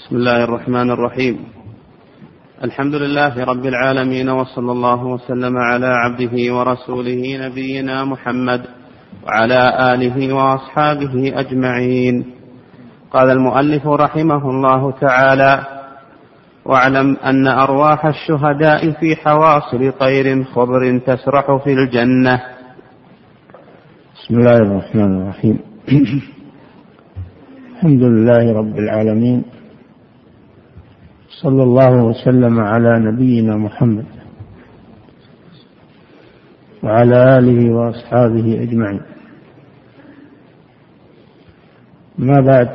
بسم الله الرحمن الرحيم. الحمد لله رب العالمين، وصلى الله وسلم على عبده ورسوله نبينا محمد وعلى آله وأصحابه أجمعين. قال المؤلف رحمه الله تعالى: واعلم أن أرواح الشهداء في حواصل طير خضر تسرح في الجنة. بسم الله الرحمن الرحيم. الحمد لله رب العالمين، صلى الله وسلم على نبينا محمد وعلى آله وأصحابه أجمعين. ما بعد،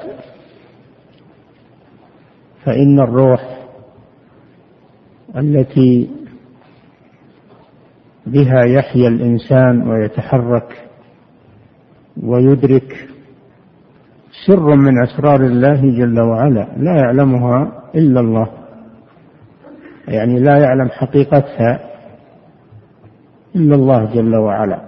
فإن الروح التي بها يحيا الإنسان ويتحرك ويدرك سر من أسرار الله جل وعلا لا يعلمها إلا الله، يعني لا يعلم حقيقتها إلا الله جل وعلا.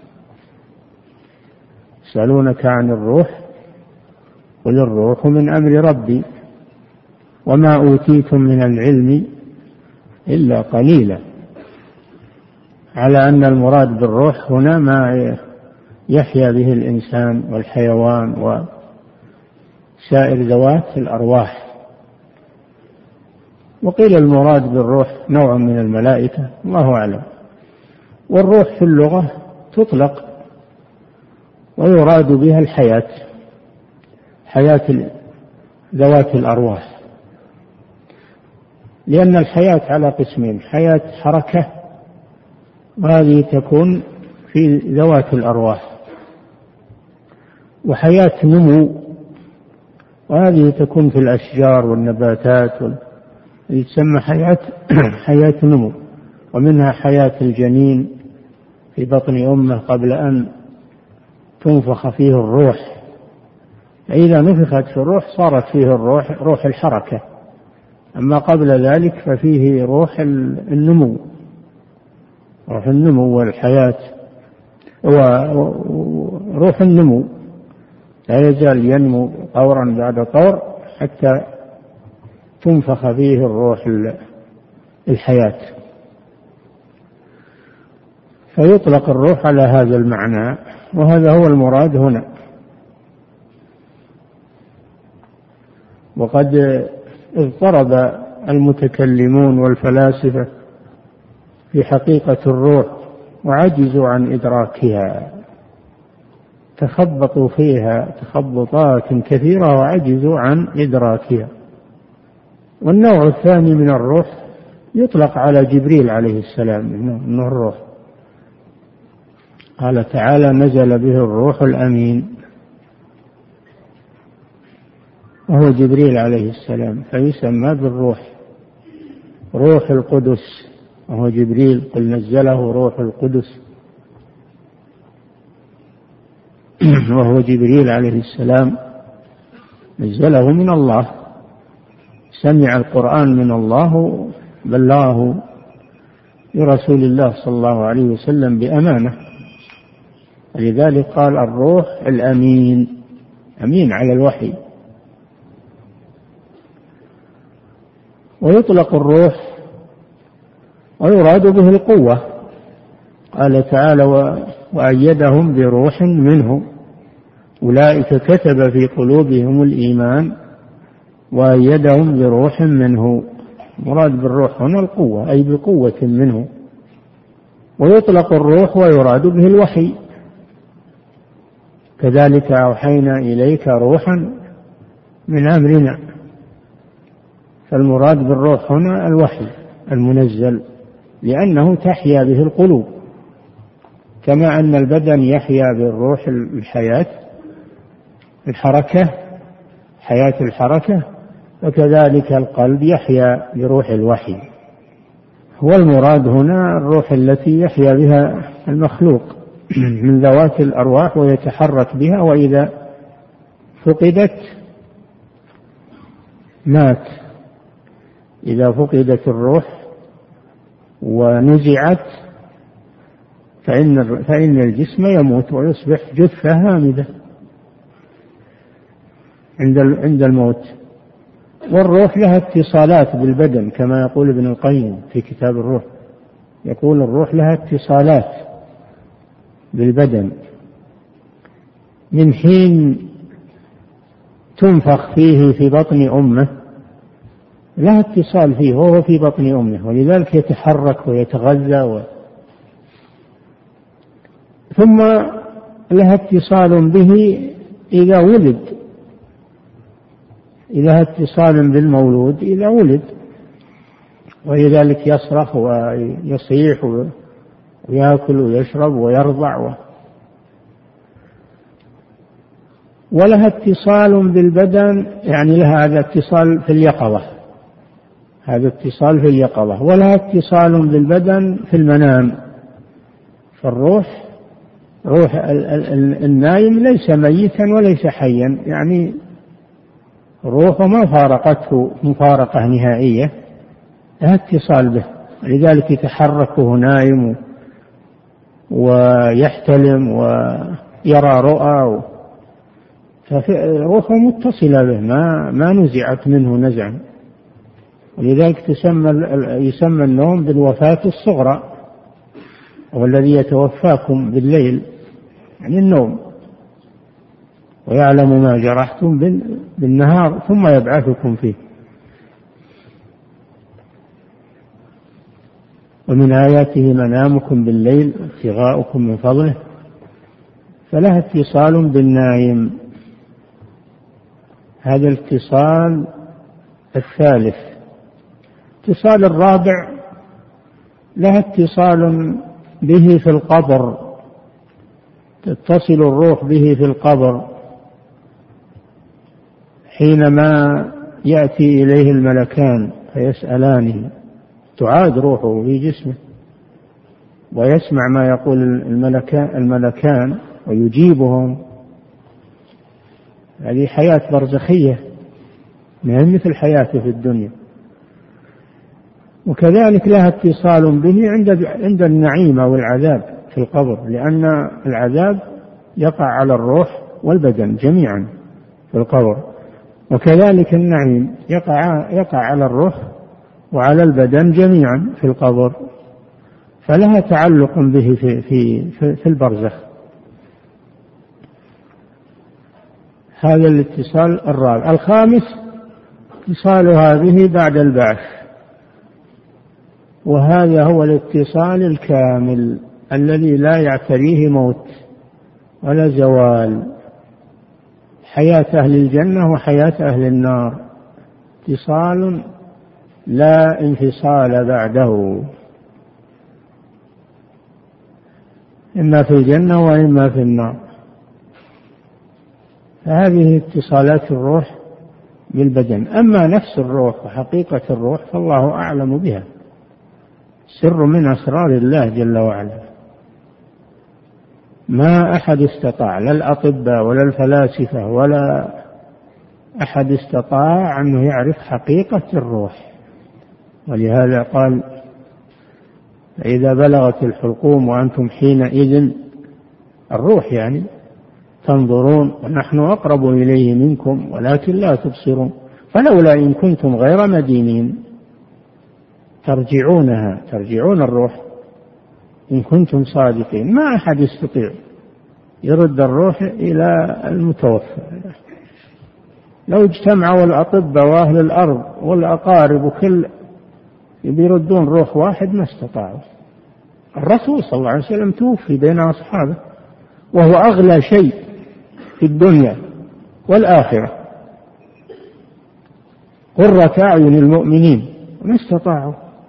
يسألونك عن الروح، قل الروح من أمر ربي وما أوتيتم من العلم إلا قليلا، على أن المراد بالروح هنا ما يحيا به الإنسان والحيوان وسائر ذوات الأرواح. وقيل المراد بالروح نوع من الملائكة، الله أعلم. والروح في اللغة تطلق ويراد بها الحياة، حياة ذوات الأرواح، لأن الحياة على قسمين: حياة حركة، وهذه تكون في ذوات الأرواح، وحياة نمو، وهذه تكون في الأشجار والنباتات تسمى حياة نمو. ومنها حياة الجنين في بطن أمه قبل أن تنفخ فيه الروح، فإذا نفخت في الروح صارت فيه روح الحركة، أما قبل ذلك ففيه روح النمو، روح النمو والحياة، وروح النمو لا يزال ينمو طورا بعد طور حتى تنفخ فيه الروح الحياة. فيطلق الروح على هذا المعنى، وهذا هو المراد هنا. وقد اضطرب المتكلمون والفلاسفة في حقيقة الروح وعجزوا عن إدراكها، تخبطوا فيها تخبطات كثيرة وعجزوا عن إدراكها. والنوع الثاني من الروح يطلق على جبريل عليه السلام إنه الروح. قال تعالى: نزل به الروح الأمين، وهو جبريل عليه السلام، فيسمى بالروح، روح القدس، وهو جبريل، قل نزله روح القدس، وهو جبريل عليه السلام، نزله من الله، سمع القرآن من الله، بلغه لرسول الله صلى الله عليه وسلم بأمانة. ولذلك قال الروح الأمين، أمين على الوحي. ويطلق الروح ويراد به القوة، قال تعالى: وأيدهم بروح منه، أولئك كتب في قلوبهم الإيمان وأيدهم بروح منه. مراد بالروح هنا القوة، أي بقوة منه. ويطلق الروح ويراد به الوحي، كذلك أوحينا إليك روحا من أمرنا. فالمراد بالروح هنا الوحي المنزل، لأنه تحيا به القلوب، كما أن البدن يحيا بالروح الحياة الحركة، حياة الحركة، وكذلك القلب يحيا بروح الوحي. والمراد هنا الروح التي يحيا بها المخلوق من ذوات الأرواح ويتحرك بها، وإذا فقدت مات. إذا فقدت الروح ونزعت فإن الجسم يموت ويصبح جثة هامدة عند الموت. والروح لها اتصالات بالبدن كما يقول ابن القيم في كتاب الروح، يقول الروح لها اتصالات بالبدن من حين تنفخ فيه في بطن أمه، لها اتصال فيه وهو في بطن أمه، ولذلك يتحرك ويتغذى ثم لها اتصال به إذا ولد، لها اتصال بالمولود إذا ولد، ولذلك يصرخ ويصيح ويأكل ويشرب ويرضع ولها اتصال بالبدن، يعني لها هذا اتصال في اليقظة، هذا اتصال في اليقظة، ولها اتصال بالبدن في المنام. فالروح روح النايم ليس ميتا وليس حيا، يعني روح ما فارقته مفارقة نهائية، لها اتصال به، لذلك يتحرك وهو نائم ويحتلم ويرى رؤى، فروحه متصلة به ما نزعت منه نزعا، ولذلك يسمى النوم بالوفاة الصغرى، والذي يتوفاكم بالليل يعني النوم، ويعلم ما جرحتم بالنهار ثم يبعثكم فيه. ومن آياته منامكم بالليل ابتغاؤكم من فضله، فلها اتصال بالنائم. هذا الاتصال الثالث. اتصال الرابع لها اتصال به في القبر، تتصل الروح به في القبر حينما يأتي إليه الملكان فيسألانه، تعاد روحه في جسمه ويسمع ما يقول الملكان ويجيبهم. هذه حياة برزخية مثل حياته في الدنيا. وكذلك لها اتصال به عند النعيم أو العذاب في القبر، لأن العذاب يقع على الروح والبدن جميعا في القبر، وكذلك النعيم يقع على الروح وعلى البدن جميعا في القبر، فلها تعلق به في البرزخ. هذا الاتصال الرابع. الخامس اتصالها به بعد البعث، وهذا هو الاتصال الكامل الذي لا يعتريه موت ولا زوال، حياة أهل الجنة وحياة أهل النار، اتصال لا انفصال بعده، إما في الجنة وإما في النار. فهذه اتصالات الروح بالبدن. أما نفس الروح وحقيقة الروح فالله أعلم بها، سر من أسرار الله جل وعلا، ما أحد استطاع، لا الأطباء ولا الفلاسفة ولا أحد استطاع أنه يعرف حقيقة الروح. ولهذا قال: فإذا بلغت الحلقوم وأنتم حينئذ، الروح يعني، تنظرون ونحن أقرب إليه منكم ولكن لا تبصرون، فلولا إن كنتم غير مدينين ترجعون الروح إن كنتم صادقين. ما أحد يستطيع يرد الروح إلى المتوفى. لو اجتمعوا الأطباء وأهل الأرض والأقارب وكل يردون روح واحد ما استطاعوا. الرسول صلى الله عليه وسلم توفي بين أصحابه وهو أغلى شيء في الدنيا والآخرة، قرة أعين المؤمنين، ما استطاعوا.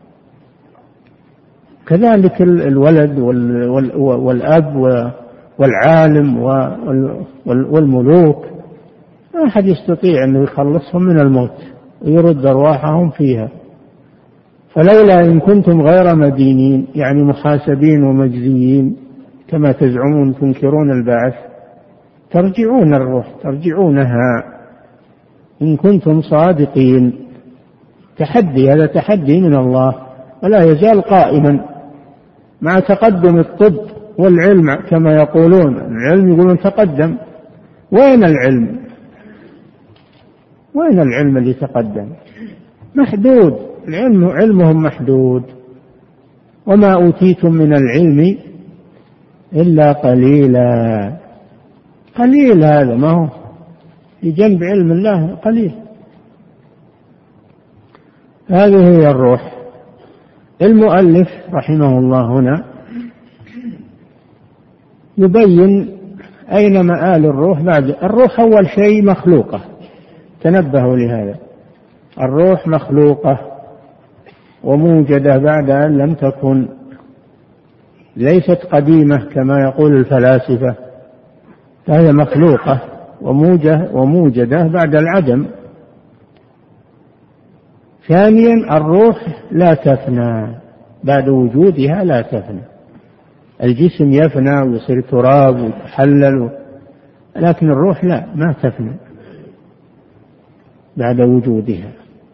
كذلك الولد والأب والعالم والملوك، ما أحد يستطيع أن يخلصهم من الموت ويرد أرواحهم فيها. فلولا إن كنتم غير مدينين، يعني محاسبين ومجزيين كما تزعمون تنكرون البعث، ترجعون الروح، ترجعونها إن كنتم صادقين. تحدي، هذا تحدي من الله ولا يزال قائما مع تقدم الطب والعلم كما يقولون. العلم يقولون تقدم، وين العلم؟ وين العلم اللي تقدم؟ محدود، علمهم محدود. وما أوتيتم من العلم إلا قليلا. قليل هذا، ما هو في جنب علم الله قليل. هذه هي الروح. المؤلف رحمه الله هنا يبين أين مآل الروح بعد. الروح أول شيء مخلوقة، تنبهوا لهذا. الروح مخلوقة وموجدة بعد أن لم تكن، ليست قديمة كما يقول الفلاسفة، فهي مخلوقة وموجدة بعد العدم. ثانيا الروح لا تفنى، بعد وجودها لا تفنى. الجسم يفنى ويصير تراب ويتحلل، لكن الروح لا، ما تفنى بعد وجودها.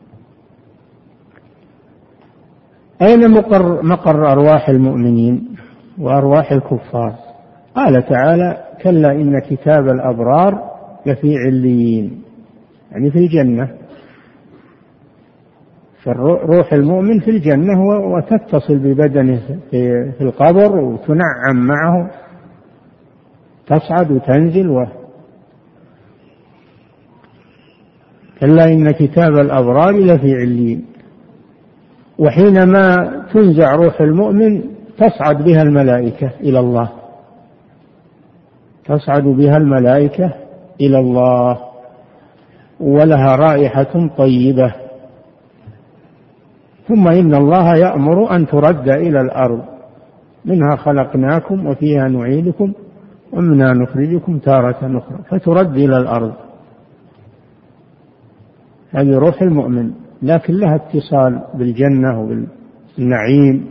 أين مقر أرواح المؤمنين وأرواح الكفار؟ قال تعالى: كلا إن كتاب الأبرار لفي عليين، يعني في الجنة. فروح المؤمن في الجنة وتتصل ببدنه في القبر وتنعم معه، تصعد وتنزل. كلا إن كتاب الأبرار لفي عليين. وحينما تنزع روح المؤمن تصعد بها الملائكة إلى الله، تصعد بها الملائكة إلى الله، ولها رائحة طيبة. ثم إن الله يأمر أن ترد إلى الأرض: منها خلقناكم وفيها نعيدكم ومنها نخرجكم تارة أخرى، فترد إلى الأرض. هذه روح المؤمن، لكن لها اتصال بالجنة وبالنعيم.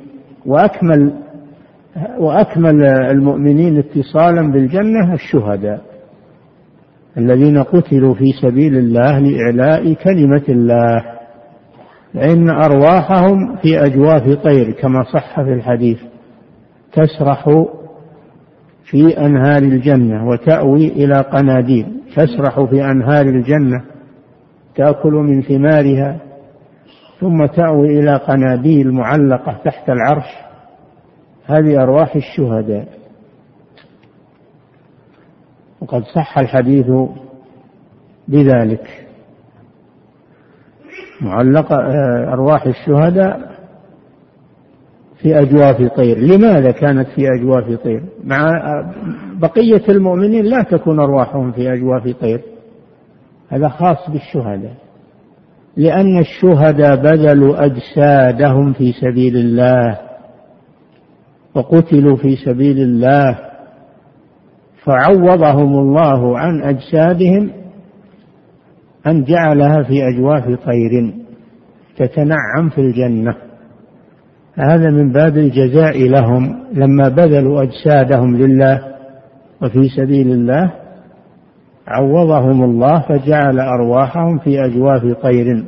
وأكمل المؤمنين اتصالا بالجنة الشهداء الذين قتلوا في سبيل الله لإعلاء كلمة الله، لأن أرواحهم في أجواف طير كما صح في الحديث، تسرح في أنهار الجنة وتأوي إلى قناديل. تسرح في أنهار الجنة تأكل من ثمارها، ثم تأوي إلى قناديل معلقة تحت العرش. هذه أرواح الشهداء. وقد صح الحديث بذلك. معلقة أرواح الشهداء في أجواف طير. لماذا كانت في أجواف طير؟ مع بقية المؤمنين لا تكون أرواحهم في أجواف طير، هذا خاص بالشهداء، لأن الشهداء بذلوا أجسادهم في سبيل الله وقتلوا في سبيل الله، فعوضهم الله عن أجسادهم أن جعلها في أجواف طير تتنعم في الجنة. هذا من باب الجزاء لهم لما بذلوا أجسادهم لله وفي سبيل الله، عوضهم الله فجعل أرواحهم في أجواف طير.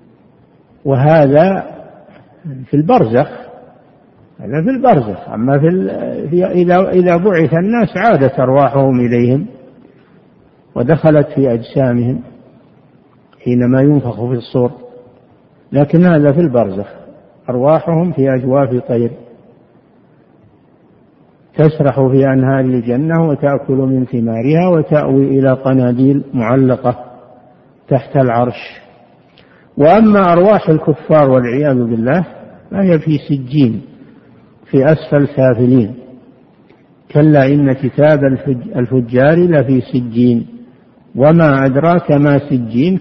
وهذا في البرزخ، هذا في البرزخ. أما إذا بعث الناس عادت أرواحهم إليهم ودخلت في أجسامهم حينما ينفخ في الصور، لكن هذا في البرزخ. أرواحهم في أجواف طير تسرح في أنهار الجنة وتأكل من ثمارها وتأوي إلى قناديل معلقة تحت العرش. وأما أرواح الكفار والعياذ بالله فهي في سجين، في أسفل سافلين. كلا إن كتاب الفجار لفي سجين وما أدراك ما سجين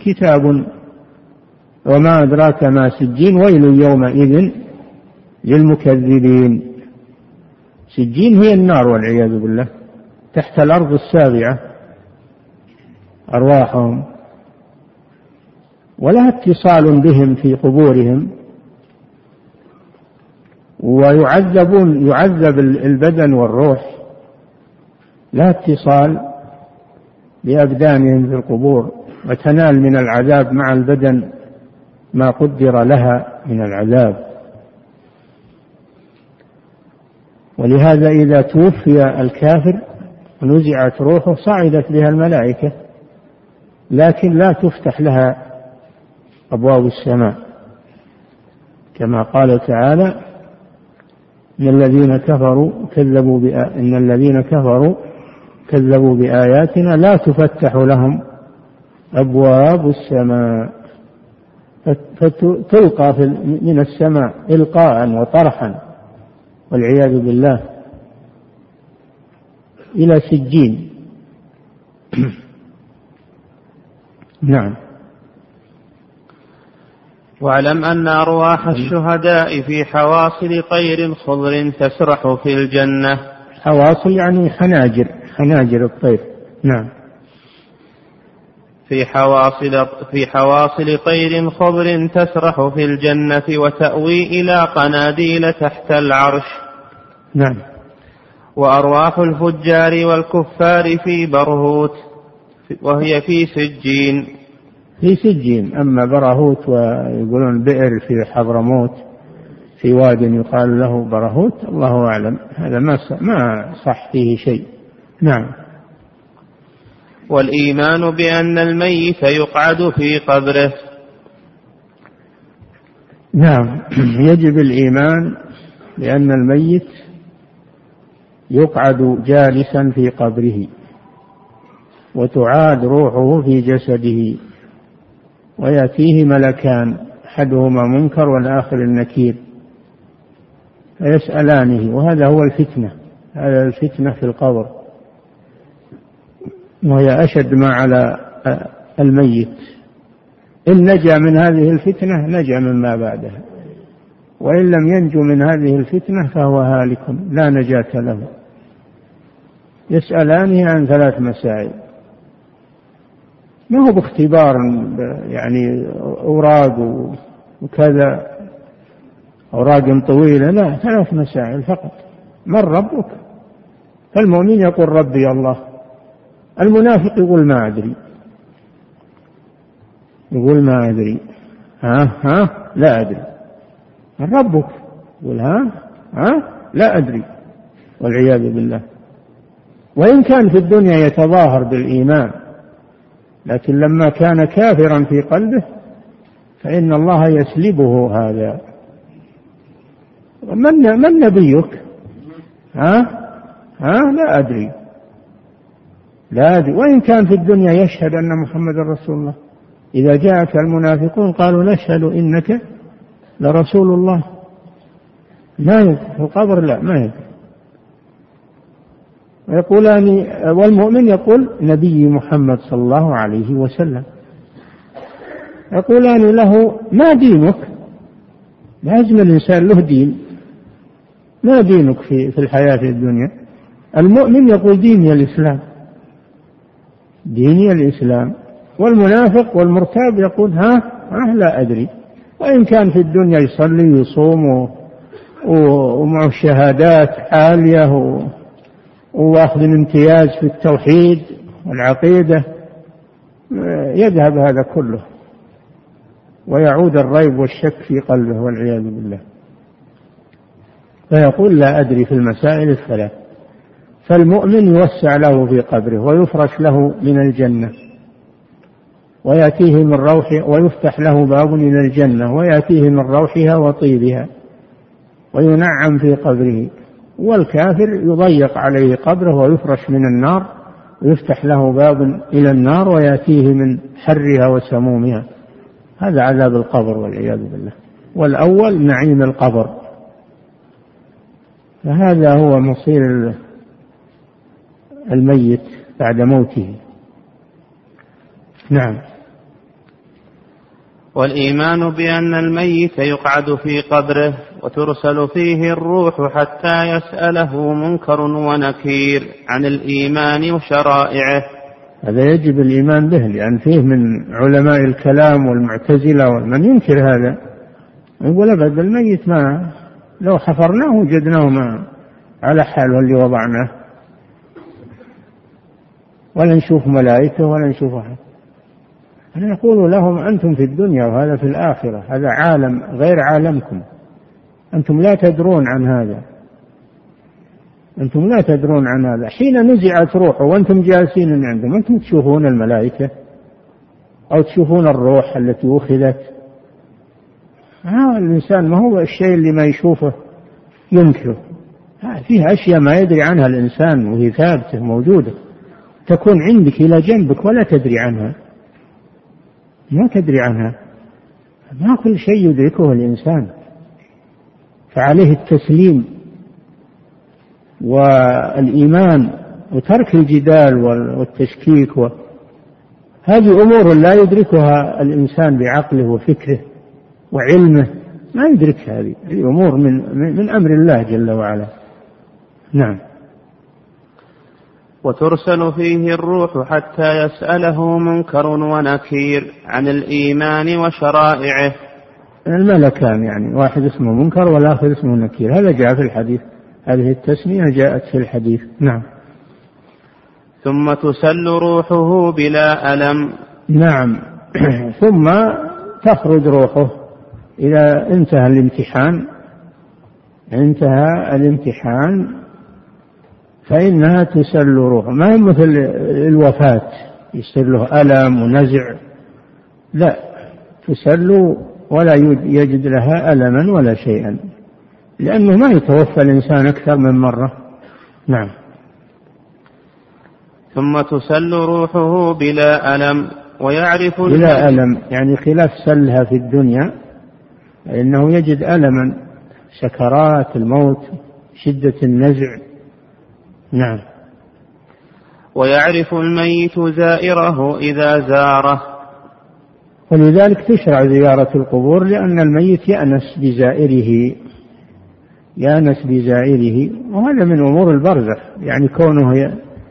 وما أدراك ما سجين ويل يومئذ للمكذبين. سجين هي النار والعياذ بالله، تحت الأرض السابعة أرواحهم، ولها اتصال بهم في قبورهم، يعذب البدن والروح، لا اتصال بأبدانهم في القبور، وتنال من العذاب مع البدن ما قدر لها من العذاب. ولهذا إذا توفي الكافر ونزعت روحه صعدت بها الملائكة، لكن لا تفتح لها أبواب السماء، كما قال تعالى: إن الذين كفروا كذبوا بآياتنا لا تفتح لهم أبواب السماء، فتلقى من السماء إلقاء وطرحا والعياذ بالله إلى سجين. نعم. واعلم أن أرواح الشهداء في حواصل طير خضر تسرح في الجنة. حواصل يعني حناجر الطير. نعم. في حواصل طير خضر تسرح في الجنة وتأوي إلى قناديل تحت العرش. نعم. وأرواح الفجار والكفار في برهوت وهي في سجين. أما برهوت ويقولون بئر في حضرموت في واد يقال له برهوت، الله أعلم، هذا ما صح فيه شيء. نعم. والإيمان بأن الميت يقعد في قبره. نعم، يجب الإيمان بأن الميت يقعد جالسا في قبره وتعاد روحه في جسده ويأتيه ملكان، أحدهما منكر والآخر النكير، فيسألانه، وهذا هو الفتنة، هذا الفتنة في القبر، وهي أشد ما على الميت. إن نجا من هذه الفتنة نجا مما بعدها، وإن لم ينجو من هذه الفتنة فهو هالك لا نجاة له. يسألانه عن 3 مسائل، ما هو باختبار يعني أوراق وكذا، أوراق طويلة، لا، 3 مسائل فقط. من ربك؟ فالمؤمن يقول ربي الله، المنافق يقول ما أدري، لا أدري. من ربك؟ يقول لا أدري، والعياذ بالله. وإن كان في الدنيا يتظاهر بالإيمان، لكن لما كان كافرا في قلبه فإن الله يسلبه هذا. من نبيك؟ لا أدري. وإن كان في الدنيا يشهد أن محمد رسول الله، إذا جاءك المنافقون قالوا نشهد إنك لرسول الله، ما يدري في القبر، لا ما يدري. ويقولان، والمؤمن يقول نبي محمد صلى الله عليه وسلم، يقولان له ما دينك؟ لازم الإنسان له دين، ما دينك في الحياة الدنيا؟ المؤمن يقول ديني الإسلام، والمنافق والمرتاب يقول لا أدري. وإن كان في الدنيا يصلي ويصوم ومعه شهادات عالية وأخذ الامتياز في التوحيد والعقيدة، يذهب هذا كله ويعود الريب والشك في قلبه والعياذ بالله، فيقول لا أدري في المسائل 3. فالمؤمن يوسع له في قبره ويفرش له من الجنة ويأتيه من روح، ويفتح له باب إلى الجنة ويأتيه من روحها وطيبها وينعم في قبره. والكافر يضيق عليه قبره ويفرش من النار ويفتح له باب إلى النار ويأتيه من حرها وسمومها. هذا عذاب القبر والعياذ بالله. والأول نعيم القبر. فهذا هو مصير الميت بعد موته. نعم. والإيمان بأن الميت يقعد في قبره وترسل فيه الروح حتى يسأله منكر ونكير عن الإيمان وشرائعه. هذا يجب الإيمان به، لأن فيه من علماء الكلام والمعتزلة ومن ينكر هذا، يقول أبدا الميت ما لو حفرناه وجدناه ما على حاله اللي وضعناه، ولا نشوف ملائكة ولا نشوف أحد. أنا أقول لهم أنتم في الدنيا وهذا في الآخرة، هذا عالم غير عالمكم، أنتم لا تدرون عن هذا، أنتم لا تدرون عن هذا. حين نزعت روحه وأنتم جالسين عندهم، أنتم تشوفون الملائكة أو تشوفون الروح التي أخذت؟ الإنسان ما هو الشيء اللي ما يشوفه ينكره، فيه أشياء ما يدري عنها الإنسان وهي ثابتة موجودة، تكون عندك إلى جنبك ولا تدري عنها، ما تدري عنها، ما كل شيء يدركه الإنسان، فعليه التسليم والإيمان وترك الجدال والتشكيك. هذه أمور لا يدركها الإنسان بعقله وفكره وعلمه، ما يدرك هذه أمور من أمر الله جل وعلا. نعم. وترسل فيه الروح حتى يسأله منكر ونكير عن الإيمان وشرائعه. الملكان يعني، واحد اسمه منكر والآخر اسمه نكير، هذا جاء في الحديث، هذه التسمية جاءت في الحديث. نعم. ثم تسل روحه بلا ألم. نعم. ثم تخرج روحه إذا انتهى الامتحان فإنها تسل روحه، ما هي مثل الوفاة يصير له ألم ونزع، لا، تسل ولا يجد لها ألما ولا شيئا، لأنه ما يتوفى الإنسان أكثر من مرة. نعم. ثم تسل روحه بلا ألم ويعرف بلا ألم يعني خلاف سلها في الدنيا، فإنه يجد ألما، سكرات الموت، شدة النزع. نعم. ويعرف الميت زائره إذا زاره. ولذلك تشرع زيارة القبور، لأن الميت يأنس بزائره، وهذا من أمور البرزخ، يعني كونه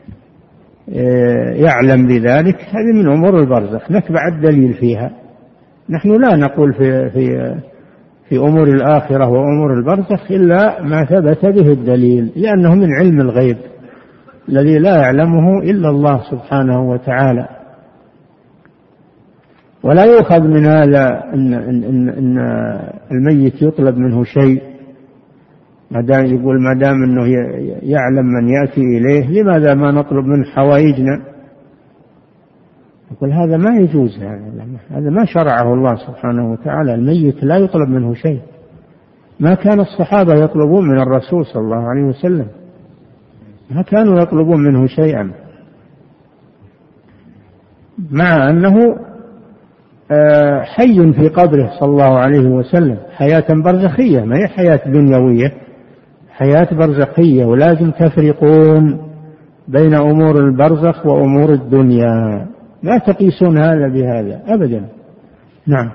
يعلم بذلك هذه من أمور البرزخ، نتبع الدليل فيها. نحن لا نقول في أمور الآخرة وأمور البرزخ إلا ما ثبت به الدليل، لأنه من علم الغيب الذي لا يعلمه إلا الله سبحانه وتعالى. ولا يؤخذ من هذا إن الميت يطلب منه شيء، ما دام أنه يعلم من يأتي إليه، لماذا ما نطلب منه حوائجنا؟ يقول هذا ما يجوز، هذا ما شرعه الله سبحانه وتعالى. الميت لا يطلب منه شيء، ما كان الصحابة يطلبون من الرسول صلى الله عليه وسلم، ما كانوا يطلبون منه شيئا، مع أنه حي في قبره صلى الله عليه وسلم، حياة برزخية، ما هي حياة دنيوية، حياة برزخية، ولازم تفرقون بين أمور البرزخ وأمور الدنيا، لا تقيسون هذا بهذا أبدا. نعم.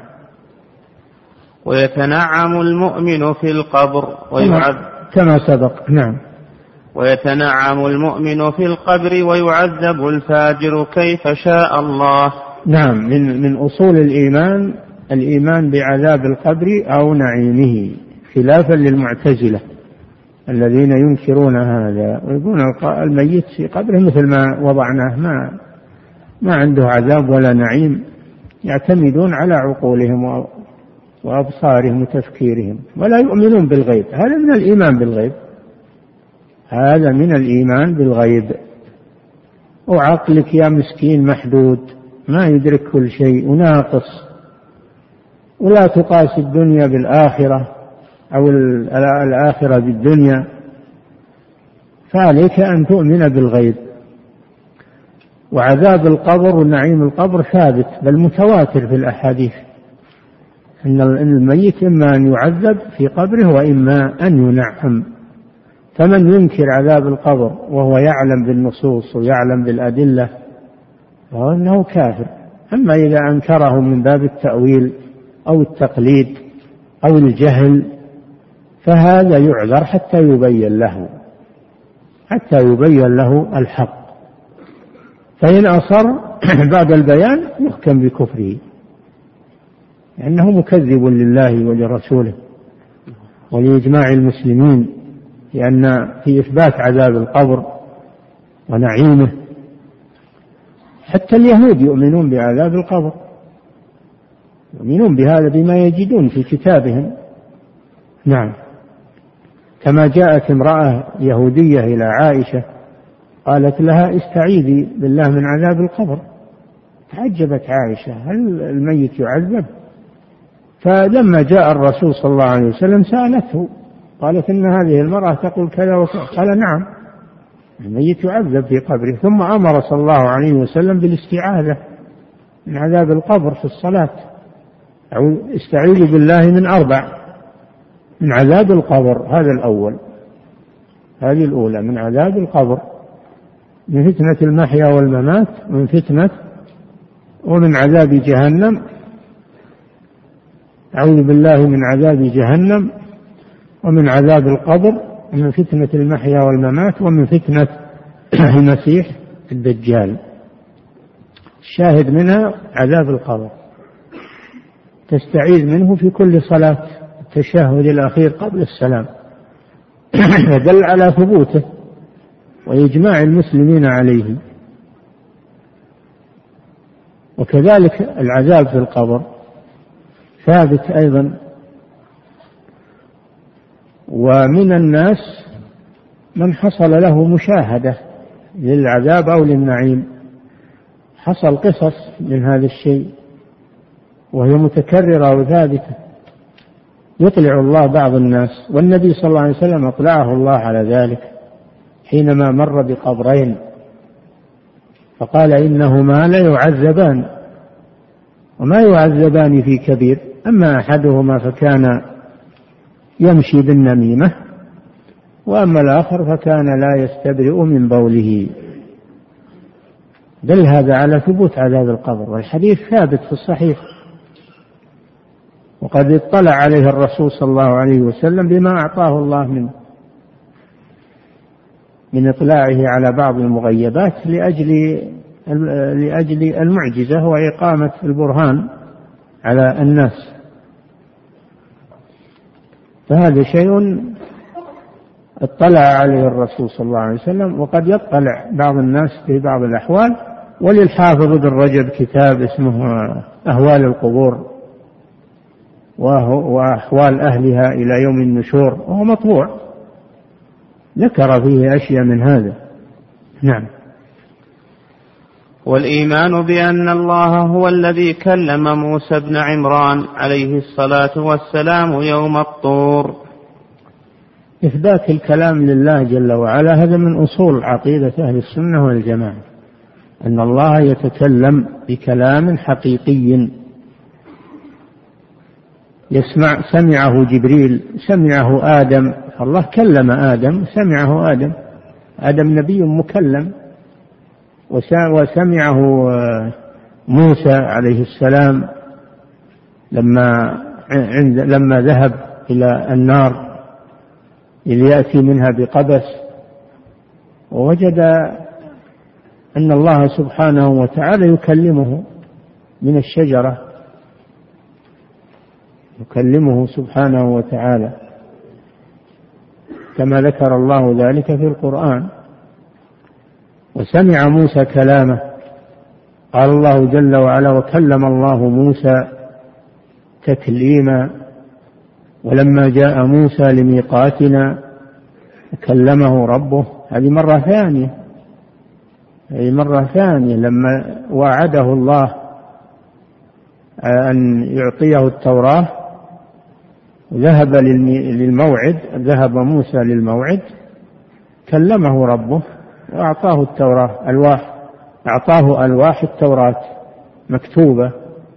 ويتنعم المؤمن في القبر كما سبق. نعم. ويتنعم المؤمن في القبر ويعذب الفاجر كيف شاء الله. نعم. من أصول الإيمان بعذاب القبر أو نعيمه، خلافا للمعتزلة الذين ينكرون هذا ويقولون الميت في قبره مثل ما وضعناه، ما عنده عذاب ولا نعيم، يعتمدون على عقولهم وأبصارهم وتفكيرهم ولا يؤمنون بالغيب. هذا من الإيمان بالغيب. وعقلك يا مسكين محدود، ما يدرك كل شيء وناقص، ولا تقاس الدنيا بالآخرة أو الآخرة بالدنيا، فعليك أن تؤمن بالغيب. وعذاب القبر ونعيم القبر ثابت بل متواتر في الأحاديث، إن الميت إما أن يعذب في قبره وإما أن ينعم. فمن ينكر عذاب القبر وهو يعلم بالنصوص ويعلم بالأدلة فهو أنه كافر. أما إذا أنكره من باب التأويل أو التقليد أو الجهل فهذا يعذر حتى يبين له الحق، فإن أصر بعد البيان يحكم بكفره، لأنه مكذب لله ولرسوله ولإجماع المسلمين، لأن في إثبات عذاب القبر ونعيمه. حتى اليهود يؤمنون بعذاب القبر، يؤمنون بهذا بما يجدون في كتابهم. نعم. كما جاءت امرأة يهودية إلى عائشة قالت لها استعيذي بالله من عذاب القبر. تعجبت عائشة، هل الميت يعذب؟ فلما جاء الرسول صلى الله عليه وسلم سألته قالت إن هذه المرأة تقول كذا وكذا. قال نعم، الميت يعذب في قبره. ثم أمر صلى الله عليه وسلم بالاستعاذة من عذاب القبر في الصلاة. استعيذ بالله من 4: من عذاب القبر، هذا الأول، هذه الأولى، من عذاب القبر، من فتنة المحيا والممات، ومن عذاب جهنم. أعوذ بالله من عذاب جهنم ومن عذاب القبر ومن فتنة المحيا والممات ومن فتنة المسيح الدجال. الشاهد منها عذاب القبر، تستعيذ منه في كل صلاة، التشهد الأخير قبل السلام يدل على ثبوته وإجماع المسلمين عليه. وكذلك العذاب في القبر ثابت أيضا. ومن الناس من حصل له مشاهدة للعذاب أو للنعيم، حصل قصص من هذا الشيء وهي متكررة وثابتة، يطلع الله بعض الناس، والنبي صلى الله عليه وسلم أطلعه الله على ذلك حينما مر بقبرين فقال إنهما لا يعذبان وما يعذبان في كبير، أما أحدهما فكان يمشي بالنميمة وأما الآخر فكان لا يستبرئ من بوله. دل هذا على ثبوت عذاب القبر، والحديث ثابت في الصحيح، وقد اطلع عليه الرسول صلى الله عليه وسلم بما أعطاه الله من إطلاعه على بعض المغيبات لأجل المعجزة وإقامة البرهان على الناس. فهذا شيء اطلع عليه الرسول صلى الله عليه وسلم، وقد يطلع بعض الناس في بعض الأحوال. وللحافظ ابن رجب كتاب اسمه أهوال القبور وأحوال أهلها إلى يوم النشور، وهو مطبوع، ذكر فيه أشياء من هذا. نعم. والإيمان بأن الله هو الذي كلم موسى بن عمران عليه الصلاة والسلام يوم الطور. إثبات الكلام لله جل وعلا هذا من أصول عقيدة أهل السنة والجماعة، أن الله يتكلم بكلام حقيقي سمعه جبريل، سمعه آدم، الله كلم آدم، سمعه آدم نبي مكلم، وسمعه موسى عليه السلام لما ذهب إلى النار ليأتي منها بقبس، ووجد أن الله سبحانه وتعالى يكلمه من الشجرة، يكلمه سبحانه وتعالى كما ذكر الله ذلك في القرآن. وسمع موسى كلامه، قال الله جل وعلا: وكلم الله موسى تكليما. ولما جاء موسى لميقاتنا كلمه ربه. هذه مرة ثانية لما وعده الله أن يعطيه التوراة، ذهب للموعد، ذهب موسى للموعد، كلمه ربه وأعطاه التوراة، أعطاه ألواح التوراة مكتوبة.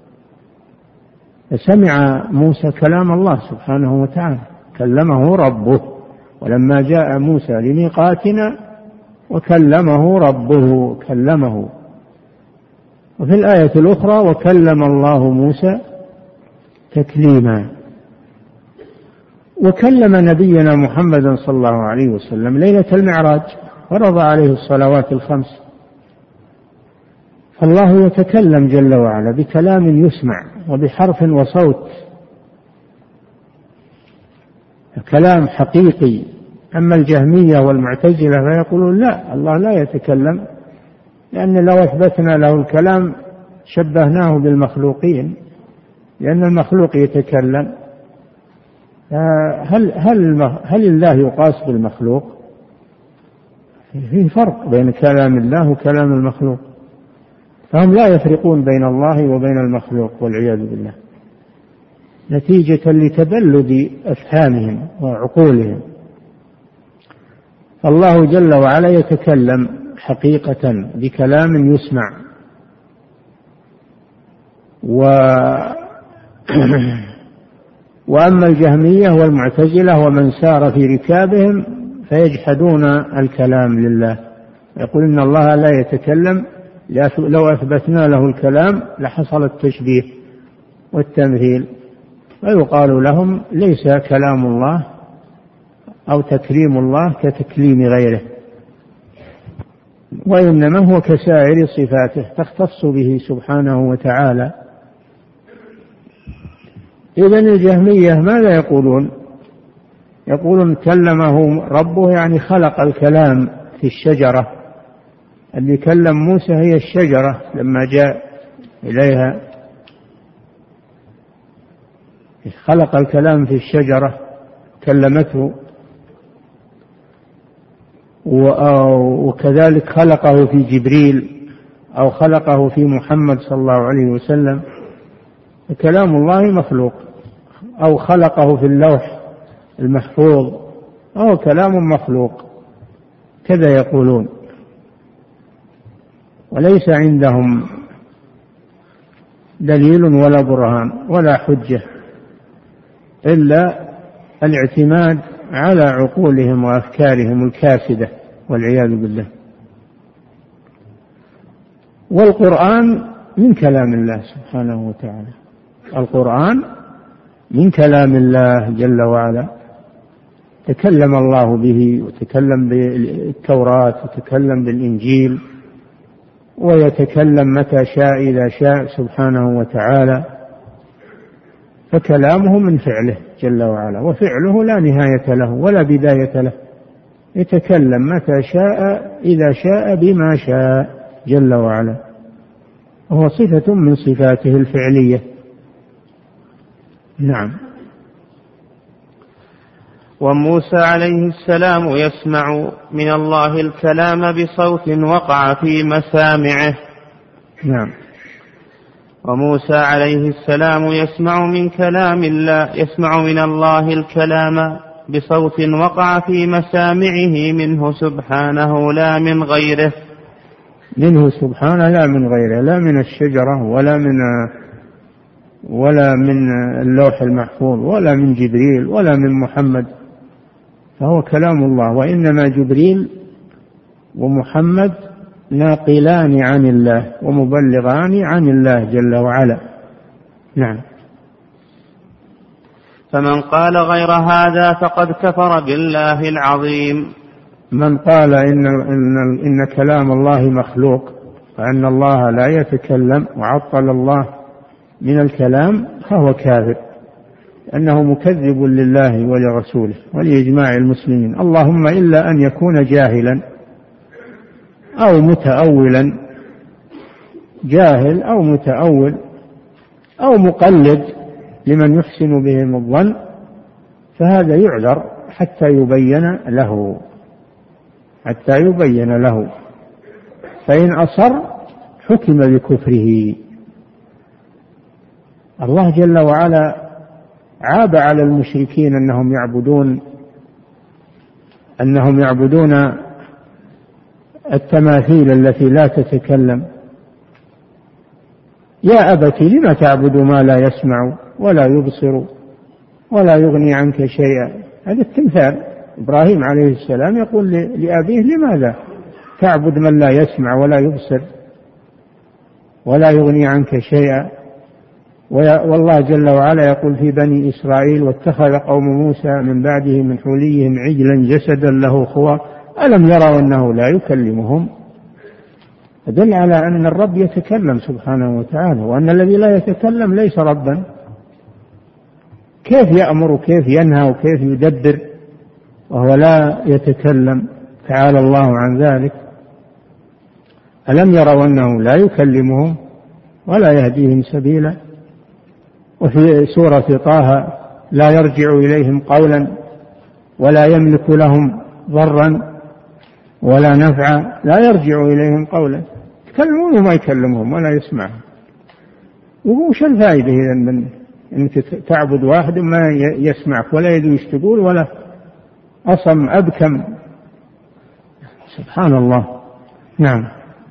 فسمع موسى كلام الله سبحانه وتعالى، كلمه ربه. ولما جاء موسى لميقاتنا وكلمه ربه، كلمه. وفي الآية الأخرى: وكلم الله موسى تكليما. وكلم نبينا محمدا صلى الله عليه وسلم ليلة المعراج، فرض عليه الصلوات الخمس. فالله يتكلم جل وعلا بكلام يسمع وبحرف وصوت، كلام حقيقي. أما الجهمية والمعتزلة فيقولون لا، الله لا يتكلم، لأن لو أثبتنا له الكلام شبهناه بالمخلوقين، لأن المخلوق يتكلم. هل الله يقاس بالمخلوق؟ في فرق بين كلام الله وكلام المخلوق، فهم لا يفرقون بين الله وبين المخلوق والعياذ بالله. نتيجة لتبلد أفهامهم وعقولهم. الله جل وعلا يتكلم حقيقة بكلام يسمع. وأما الجهمية والمعتزلة ومن سار في ركابهم فيجحدون الكلام لله، يقول إن الله لا يتكلم، لو أثبتنا له الكلام لحصل التشبيه والتمثيل، ويقال لهم ليس كلام الله أو تكليم الله كتكليم غيره، وإنما هو كسائر صفاته تختص به سبحانه وتعالى. إذن الجهمية ماذا يقولون؟ يقولون كلمه ربه، يعني خلق الكلام في الشجرة. اللي كلم موسى هي الشجرة لما جاء إليها، خلق الكلام في الشجرة كلمته، وكذلك خلقه في جبريل أو خلقه في محمد صلى الله عليه وسلم. كلام الله مخلوق، أو خلقه في اللوح المحفوظ، أو كلام مخلوق، كذا يقولون. وليس عندهم دليل ولا برهان ولا حجة إلا الاعتماد على عقولهم وأفكارهم الكاسدة والعياذ بالله. والقرآن من كلام الله سبحانه وتعالى، القرآن من كلام الله جل وعلا، تكلم الله به، وتكلم بالتوراة، وتكلم بالإنجيل، ويتكلم متى شاء إذا شاء سبحانه وتعالى. فكلامه من فعله جل وعلا، وفعله لا نهاية له ولا بداية له، يتكلم متى شاء إذا شاء بما شاء جل وعلا، وهو صفة من صفاته الفعلية. نعم. وموسى عليه السلام يسمع من الله الكلام بصوت وقع في مسامعه. نعم. وموسى عليه السلام يسمع من الله الكلام بصوت وقع في مسامعه منه سبحانه لا من غيره. منه سبحانه لا من غيره، لا من الشجرة ولا من اللوح المحفوظ ولا من جبريل ولا من محمد، فهو كلام الله. وإنما جبريل ومحمد ناقلان عن الله ومبلغان عن الله جل وعلا. نعم. فمن قال غير هذا فقد كفر بالله العظيم. من قال إن كلام الله مخلوق وأن الله لا يتكلم وعطل الله من الكلام فهو كافر، أنه مكذب لله ولرسوله ولإجماع المسلمين، اللهم إلا أن يكون جاهلا أو متأولا، جاهل أو متأول أو مقلد لمن يحسن بهم الظن، فهذا يعذر حتى يبين له، فإن أصر حكم بكفره. الله جل وعلا عاب على المشركين أنهم يعبدون التماثيل التي لا تتكلم. يا أبت لم تعبد ما لا يسمع ولا يبصر ولا يغني عنك شيئا. هذا التمثال. إبراهيم عليه السلام يقول لأبيه لماذا تعبد من لا يسمع ولا يبصر ولا يغني عنك شيئا. والله جل وعلا يقول في بني إسرائيل واتخذ قوم موسى من بعده من حليهم عجلا جسدا له خوار ألم يروا أنه لا يكلمهم. فدل على أن الرب يتكلم سبحانه وتعالى، وأن الذي لا يتكلم ليس ربا. كيف يأمر وكيف ينهى وكيف يدبر وهو لا يتكلم؟ تعالى الله عن ذلك. ألم يروا أنه لا يكلمهم ولا يهديهم سبيلا. وفي سورة طه لا يرجع إليهم قولا ولا يملك لهم ضرا ولا نفعا. لا يرجع إليهم قولا، يتكلمون وما يكلمهم ولا يسمعهم. وش الفائدة إذن من أنك تعبد واحد ما يسمعك ولا يدري ايش تقول ولا أصم أبكم، سبحان الله. نعم.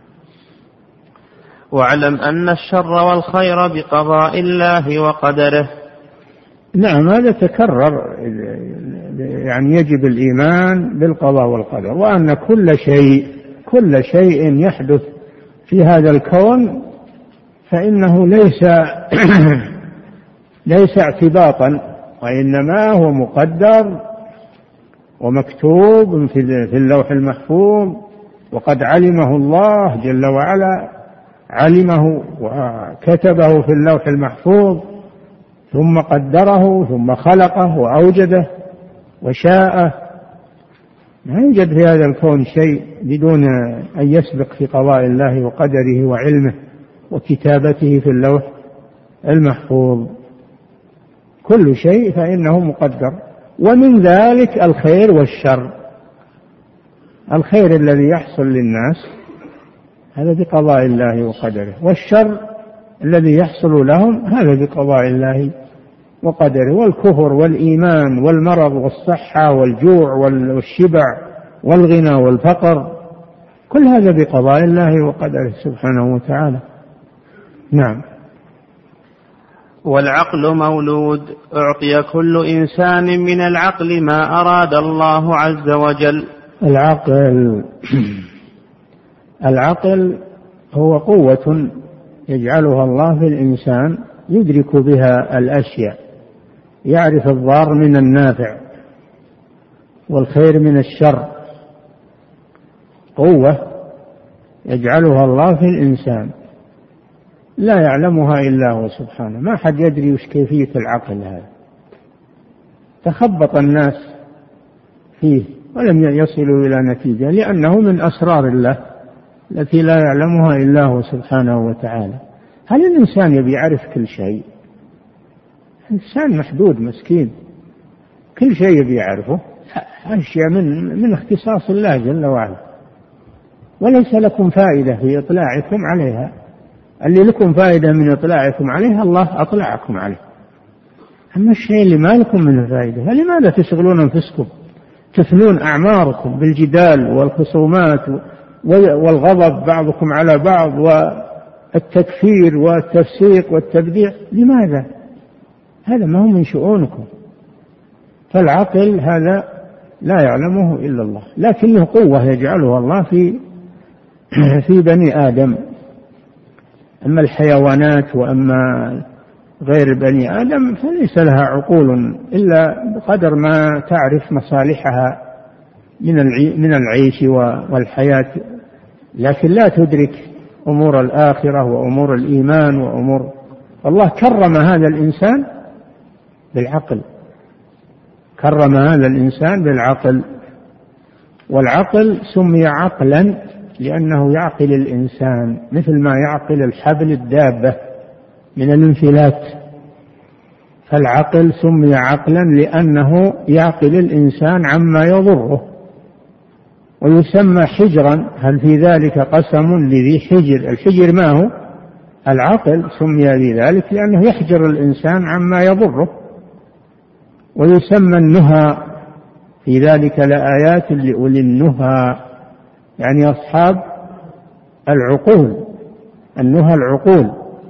واعلم أن الشر والخير بقضاء الله وقدره. نعم، هذا تكرر، يعني يجب الإيمان بالقضاء والقدر، وأن كل شيء يحدث في هذا الكون فإنه ليس اعتباطا، وإنما هو مقدر ومكتوب في اللوح المحفوظ، وقد علمه الله جل وعلا، علمه وكتبه في اللوح المحفوظ، ثم قدره، ثم خلقه وأوجده وشاءه. ما يوجد في هذا الكون شيء بدون أن يسبق في قضاء الله وقدره وعلمه وكتابته في اللوح المحفوظ. كل شيء فإنه مقدر، ومن ذلك الخير والشر. الخير الذي يحصل للناس هذا بقضاء الله وقدره، والشر الذي يحصل لهم هذا بقضاء الله وقدره، والكفر والإيمان والمرض والصحة والجوع والشبع والغنى والفقر، كل هذا بقضاء الله وقدره سبحانه وتعالى. نعم. والعقل مولود، أعطي كل إنسان من العقل ما أراد الله عز وجل. العقل هو قوة يجعلها الله في الإنسان يدرك بها الأشياء، يعرف الضار من النافع والخير من الشر. قوة يجعلها الله في الإنسان لا يعلمها إلا هو سبحانه. ما حد يدري وش كيفية العقل هذا، تخبط الناس فيه ولم يصلوا إلى نتيجة، لأنه من أسرار الله التي لا يعلمها إلا هو سبحانه وتعالى. هل الإنسان يبي يعرف كل شيء؟ الإنسان محدود مسكين، كل شيء يبي يعرفه، أشياء من اختصاص الله جل وعلا، وليس لكم فائدة في إطلاعكم عليها. اللي لكم فائدة من إطلاعكم عليها الله أطلعكم عليه، أما الشيء اللي ما لكم منه فائدة فلماذا تشغلون أنفسكم، تفنون أعماركم بالجدال والخصومات والغضب بعضكم على بعض والتكفير والتفسيق والتبديع؟ لماذا؟ هذا ما هو من شؤونكم. فالعقل هذا لا يعلمه إلا الله، لكنه قوة يجعلها الله في بني آدم. أما الحيوانات وأما غير بني آدم فليس لها عقول إلا بقدر ما تعرف مصالحها من العيش والحياة، لكن لا تدرك أمور الآخرة وأمور الإيمان وأمور. الله كرم هذا الإنسان بالعقل، كرم هذا الإنسان بالعقل. والعقل سمي عقلا لأنه يعقل الإنسان مثل ما يعقل الحبل الدابة من الانفلات. فالعقل سمي عقلا لأنه يعقل الإنسان عما يضره. ويسمى حجرا، هل في ذلك قسم لذي حجر؟ الحجر ما هو؟ العقل سمي بذلك لأنه يحجر الإنسان عما يضره. ويسمى النهى، في ذلك لآيات لأولي النهى، يعني أصحاب العقول. النهى العقول.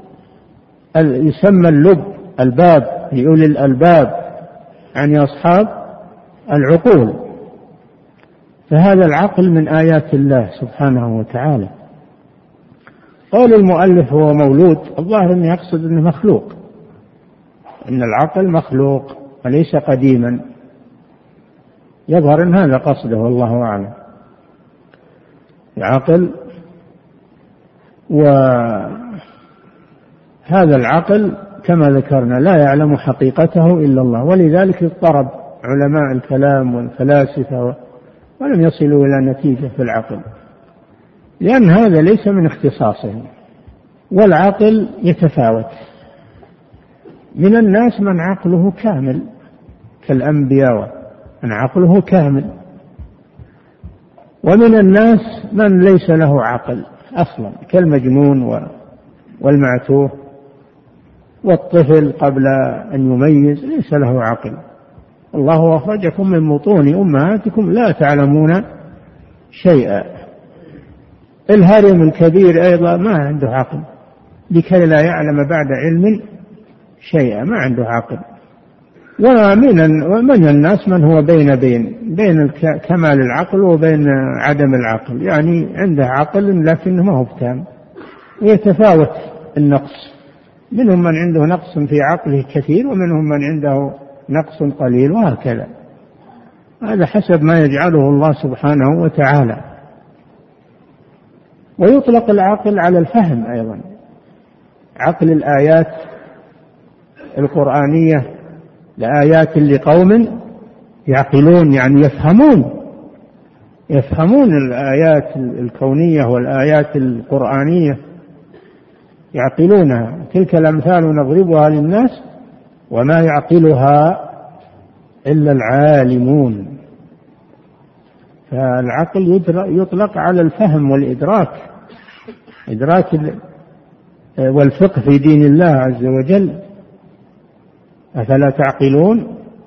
يسمى اللب الباب، لأولي الألباب، يعني أصحاب العقول. فهذا العقل من آيات الله سبحانه وتعالى. قول المؤلف هو مولود، الظاهر أنه يقصد أنه مخلوق، أن العقل مخلوق وليس قديما، يظهر أن هذا قصده والله أعلم. العقل، وهذا العقل كما ذكرنا لا يعلم حقيقته إلا الله، ولذلك اضطرب علماء الكلام والفلاسفة ولم يصلوا إلى نتيجة في العقل، لأن هذا ليس من اختصاصهم. والعقل يتفاوت، من الناس من عقله كامل كالأنبياء، من عقله كامل، ومن الناس من ليس له عقل أصلا كالمجنون والمعتوه. والطفل قبل أن يميز ليس له عقل. الله أخرجكم من بطون أمهاتكم لا تعلمون شيئا. الهرم الكبير أيضا ما عنده عقل، لكي لا يعلم بعد علم شيئا، ما عنده عقل. ومن الناس من هو بين كمال العقل وبين عدم العقل، يعني عنده عقل لكنه ما هو تام، ويتفاوت النقص. منهم من عنده نقص في عقله كثير، ومنهم من عنده نقص قليل، وهكذا. هذا حسب ما يجعله الله سبحانه وتعالى. ويطلق العقل على الفهم أيضا، عقل الآيات القرآنية، لآيات لقوم يعقلون، يعني يفهمون الآيات الكونية والآيات القرآنية، يعقلونها. تلك الأمثال نضربها للناس وما يعقلها إلا العالمون. فالعقل يطلق على الفهم والإدراك، والفقه في دين الله عز وجل. أفلا تعقلون؟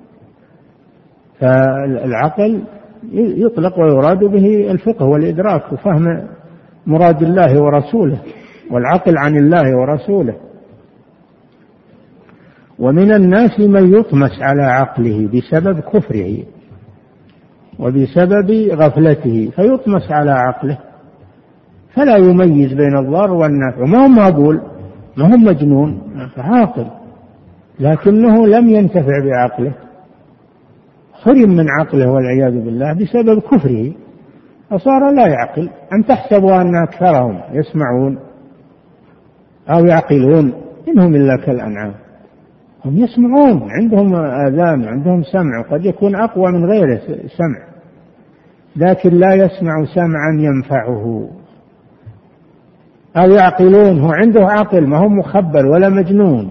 فالعقل يطلق ويراد به الفقه والإدراك وفهم مراد الله ورسوله، والعقل عن الله ورسوله. ومن الناس من يطمس على عقله بسبب كفره وبسبب غفلته، فيطمس على عقله فلا يميز بين الضار والنافع. ما هو معقول، ما هو مجنون، عاقل، لكنه لم ينتفع بعقله، حرم من عقله والعياذ بالله بسبب كفره، فصار لا يعقل. أم تحسب أن أكثرهم يسمعون أو يعقلون؟ إنهم إلا كالأنعام. هم يسمعون، عندهم آذان، عندهم سمع، قد يكون أقوى من غيره سمع، لكن لا يسمع سمعا ينفعه. أو يعقلون، هو عنده عقل، ما هو مخبل ولا مجنون،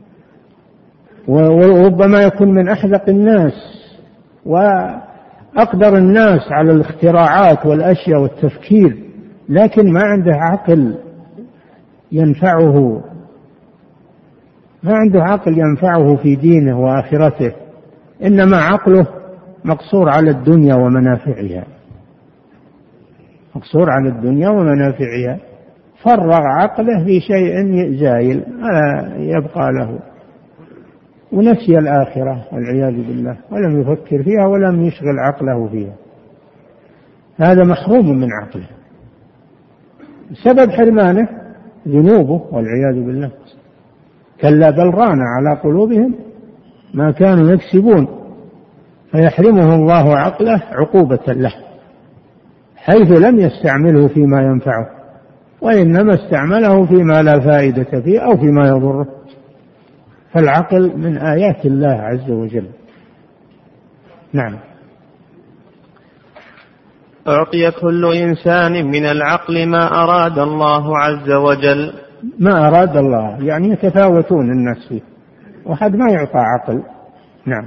وربما يكون من أحذق الناس وأقدر الناس على الاختراعات والأشياء والتفكير، لكن ما عنده عقل ينفعه، ما عنده عقل ينفعه في دينه وآخرته، إنما عقله مقصور على الدنيا ومنافعها، مقصور على الدنيا ومنافعها، فرغ عقله في شيء زائل لا يبقى له، ونسي الآخرة والعياذ بالله، ولم يفكر فيها ولم يشغل عقله فيها. هذا محروم من عقله، سبب حرمانه ذنوبه والعياذ بالله. كلا بل ران على قلوبهم ما كانوا يكسبون، فيحرمه الله عقله عقوبة له، حيث لم يستعمله فيما ينفعه، وإنما استعمله فيما لا فائدة فيه أو فيما يضره. فالعقل من آيات الله عز وجل. نعم. أعطي كل إنسان من العقل ما أراد الله عز وجل. ما أراد الله يعني يتفاوتون الناس فيه، وحد ما يعطى عقل. نعم.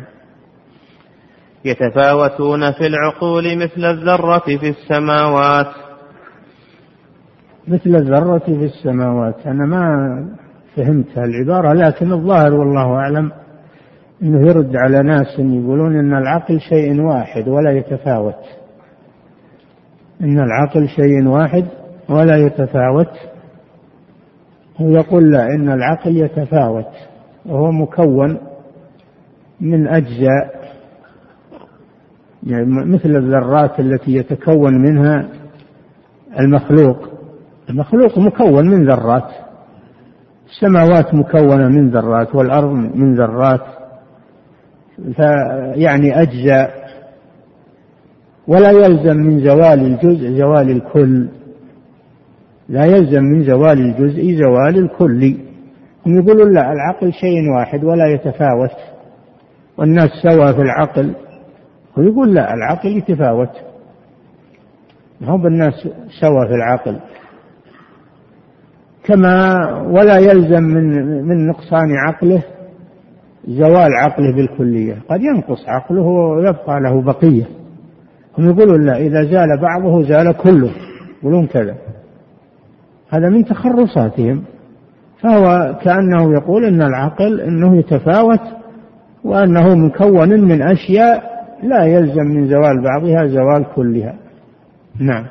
يتفاوتون في العقول مثل الذرة في السماوات. مثل الذرة في السماوات، أنا ما فهمت العبارة، لكن الظاهر والله أعلم أنه يرد على ناس يقولون أن العقل شيء واحد ولا يتفاوت، إن العقل شيء واحد ولا يتفاوت. هو يقول لا، إن العقل يتفاوت، وهو مكون من أجزاء، يعني مثل الذرات التي يتكون منها المخلوق. المخلوق مكون من ذرات، السماوات مكونة من ذرات، والأرض من ذرات، يعني أجزاء، ولا يلزم من زوال الجزء زوال الكل، لا يلزم من زوال الجزء زوال الكل. هم يقولون لا، العقل شيء واحد ولا يتفاوت، والناس سوا في العقل، ويقول لا، العقل يتفاوت، ما هو بالناس سوا في العقل. كما ولا يلزم من نقصان عقله زوال عقله بالكلية، قد ينقص عقله ويبقى له بقية. هم يقولون لا، إذا زال بعضه زال كله، يقولون كذا. هذا من تخرصاتهم، فهو كأنه يقول إن العقل أنه يتفاوت، وأنه مكون من أشياء لا يلزم من زوال بعضها زوال كلها. نعم.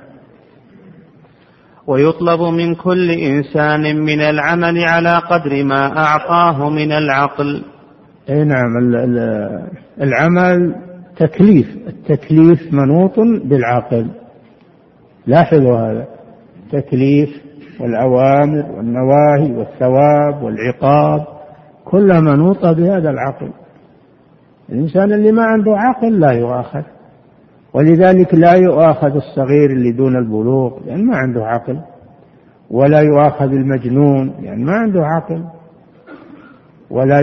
ويطلب من كل إنسان من العمل على قدر ما أعطاه من العقل. أي نعم. العمل تكليف، التكليف منوط بالعقل، لاحظوا هذا، تكليف والأوامر والنواهي والثواب والعقاب كلها منوطة بهذا العقل. الإنسان اللي ما عنده عقل لا يؤاخذ، ولذلك لا يؤاخذ الصغير اللي دون البلوغ لأن ما عنده عقل، ولا يؤاخذ المجنون لأن ما عنده عقل، ولا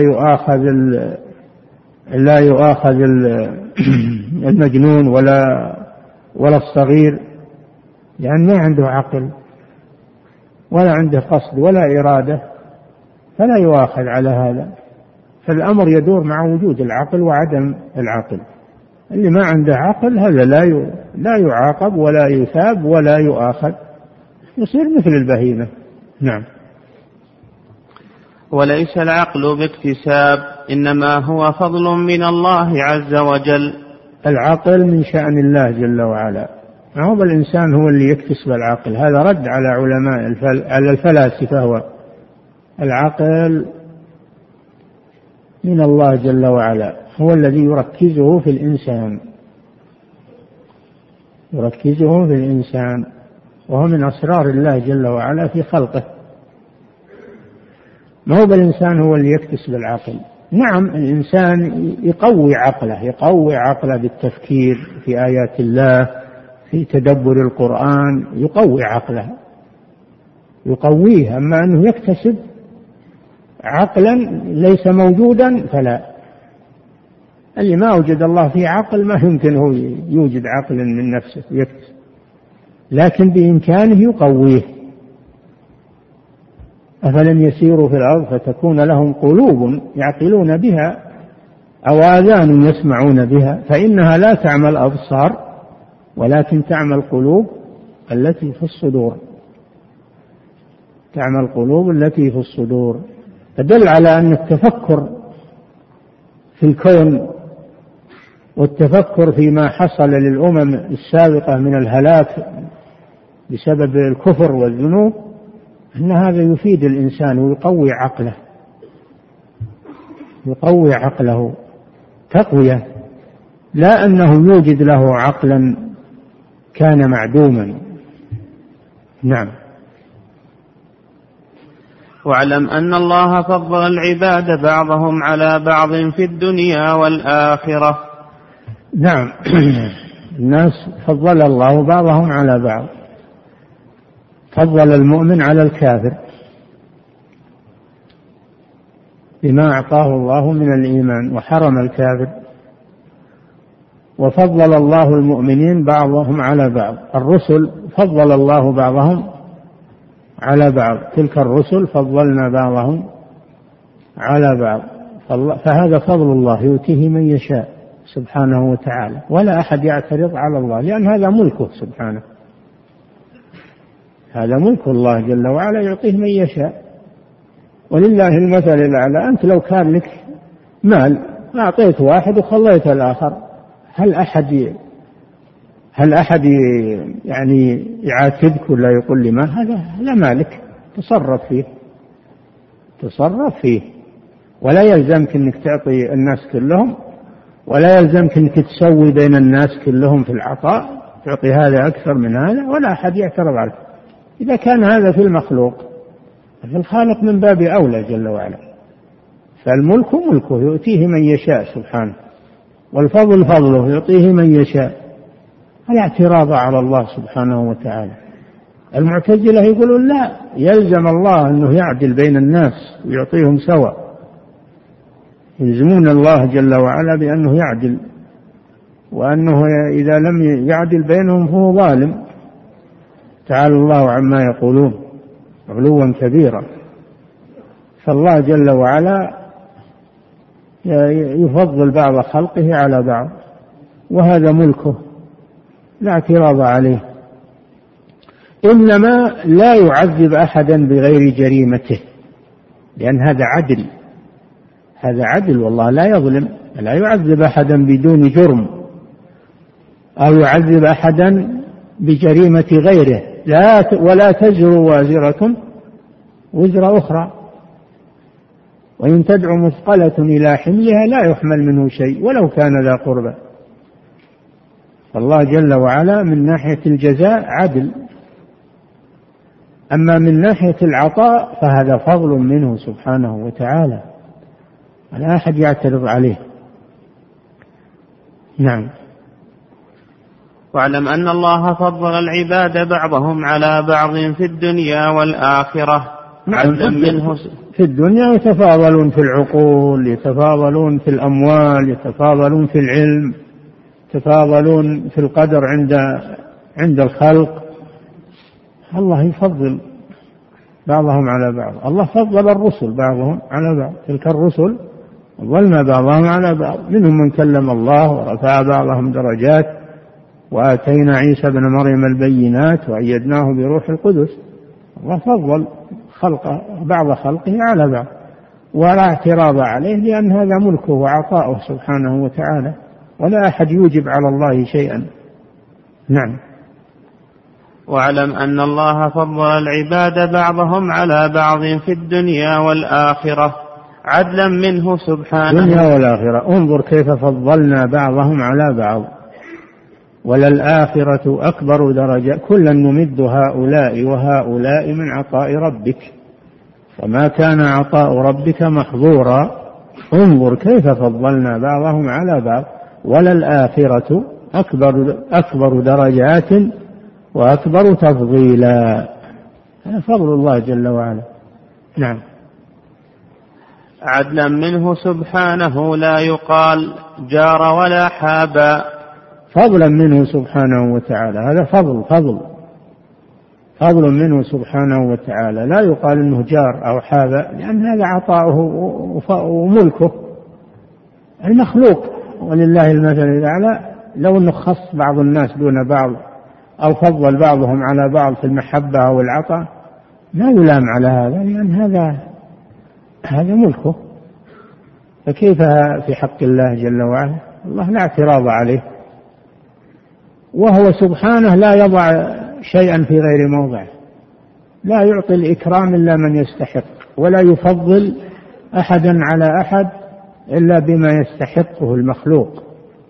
يؤاخذ المجنون ولا الصغير لأن ما عنده عقل ولا عنده قصد ولا إرادة، فلا يؤاخذ على هذا. فالأمر يدور مع وجود العقل وعدم العقل. اللي ما عنده عقل هذا لا يعاقب ولا يثاب ولا يؤاخذ، يصير مثل البهيمة. نعم. وليس العقل باكتساب، إنما هو فضل من الله عز وجل. العقل من شأن الله جل وعلا، ما هو الإنسان هو اللي يكتسب العقل. هذا رد على على الفلاسفة. هو العقل من الله جل وعلا، هو الذي يركزه في الإنسان، وهو من أسرار الله جل وعلا في خلقه. ما هو بالإنسان هو اللي يكتسب العقل. نعم الإنسان يقوي عقله بالتفكير في آيات الله، في تدبر القرآن، يقوي عقله يقويه. أما أنه يكتسب عقلا ليس موجودا فلا. اللي ما وجد الله فيه عقل ما يمكن هو يوجد عقل من نفسه يكتسب، لكن بإمكانه يقويه. أفلم يسيروا في الأرض فتكون لهم قلوب يعقلون بها أو آذان يسمعون بها فإنها لا تعمى الأبصار ولكن تعمى القلوب التي في الصدور. تدل على أن التفكر في الكون والتفكر فيما حصل للأمم السابقة من الهلاك بسبب الكفر والذنوب أن هذا يفيد الإنسان ويقوي عقله تقوية، لا أنه يوجد له عقلا كان معدوما. نعم. واعلم أن الله فضل العباد بعضهم على بعض في الدنيا والآخرة. نعم. الناس فضل الله بعضهم على بعض، فضل المؤمن على الكافر بما أعطاه الله من الإيمان وحرم الكافر، وفضل الله المؤمنين بعضهم على بعض. الرسل فضل الله بعضهم على بعض، تلك الرسل فضلنا بعضهم على بعض. فهذا فضل الله يؤتيه من يشاء سبحانه وتعالى، ولا أحد يعترض على الله لأن هذا ملكه سبحانه، هذا ملك الله جل وعلا يعطيه من يشاء. ولله المثل الأعلى. أنت لو كان لك مال أعطيت واحد وخليت الآخر، هل أحد يعني يعاتبك ولا يقول لي ما هذا لا مالك، تصرف فيه ولا يلزمك أنك تعطي الناس كلهم، ولا يلزمك أنك تسوي بين الناس كلهم في العطاء، تعطي هذا أكثر من هذا ولا أحد يعترض عليك. إذا كان هذا في المخلوق في الخالق من باب أولى جل وعلا. فالملك ملكه يؤتيه من يشاء سبحانه، والفضل فضله يعطيه من يشاء، فلا اعتراض على الله سبحانه وتعالى. المعتزلة يقولون لا، يلزم الله أنه يعدل بين الناس ويعطيهم سواء، يلزمون الله جل وعلا بأنه يعدل، وأنه إذا لم يعدل بينهم فهو ظالم. تعالى الله عما يقولون علوا كبيرا. فالله جل وعلا يفضل بعض خلقه على بعض، وهذا ملكه لا اعتراض عليه. إنما لا يعذب أحدا بغير جريمته، لأن هذا عدل، هذا عدل، والله لا يظلم، لا يعذب أحدا بدون جرم أو يعذب أحدا بجريمة غيره، ولا تزر وازرة وزر أخرى، وإن تدع مثقلة إلى حملها لا يحمل منه شيء ولو كان ذا قربى. فالله جل وعلا من ناحية الجزاء عدل، أما من ناحية العطاء فهذا فضل منه سبحانه وتعالى، لا أحد يعترض عليه. نعم. واعلم أن الله فضل العباد بعضهم على بعض في الدنيا والآخرة. منه في الدنيا يتفاضلون في العقول، يتفاضلون في الأموال، يتفاضلون في العلم، يتفاضلون في القدر عند الخلق. الله يفضل بعضهم على بعض. الله فضل الرسل بعضهم على بعض، تلك الرسل فضلنا بعضهم على بعض، منهم من كلم الله ورفع بعضهم درجات، وآتينا عيسى بن مريم البينات وأيدناه بروح القدس. الله فضل بعض خلقه على بعض، ولا اعتراض عليه، لأن هذا ملكه وعطاؤه سبحانه وتعالى، ولا أحد يوجب على الله شيئا. نعم. واعلم أن الله فضل العباد بعضهم على بعض في الدنيا والآخرة عدلا منه سبحانه. الدنيا والآخرة، انظر كيف فضلنا بعضهم على بعض. وللآخرة أكبر درجة، كلا نمد هؤلاء وهؤلاء من عطاء ربك وما كان عطاء ربك محظورا. انظر كيف فضلنا بعضهم على بعض. وللآخرة أكبر درجات وأكبر تفضيلا. هذا فضل الله جل وعلا. نعم. عدلا منه سبحانه لا يقال جار ولا حابا. فضلا منه سبحانه وتعالى، هذا فضل منه سبحانه وتعالى، لا يقال انه جار او حابا، لان هذا عطاؤه وملكه المخلوق. ولله المثل الاعلى، لو انه خص بعض الناس دون بعض او فضل بعضهم على بعض في المحبه او العطاء لا يلام على هذا، لان هذا ملكه. فكيف في حق الله جل وعلا؟ الله لا اعتراض عليه، وهو سبحانه لا يضع شيئا في غير موضعه، لا يعطي الإكرام إلا من يستحق، ولا يفضل أحدا على أحد إلا بما يستحقه المخلوق،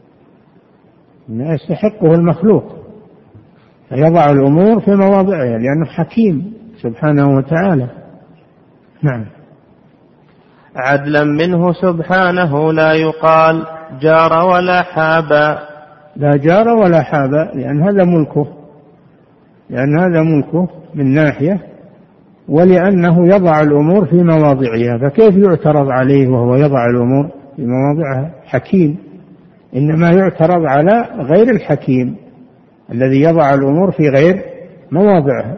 ما يستحقه المخلوق، فيضع الأمور في مواضعها لأنه حكيم سبحانه وتعالى. نعم. عدلا منه سبحانه لا يقال جار ولا حابا. لا جار ولا حابا، لأن هذا ملكه من ناحية، ولأنه يضع الأمور في مواضعها، فكيف يعترض عليه وهو يضع الأمور في مواضعها؟ حكيم. إنما يعترض على غير الحكيم الذي يضع الأمور في غير مواضعها.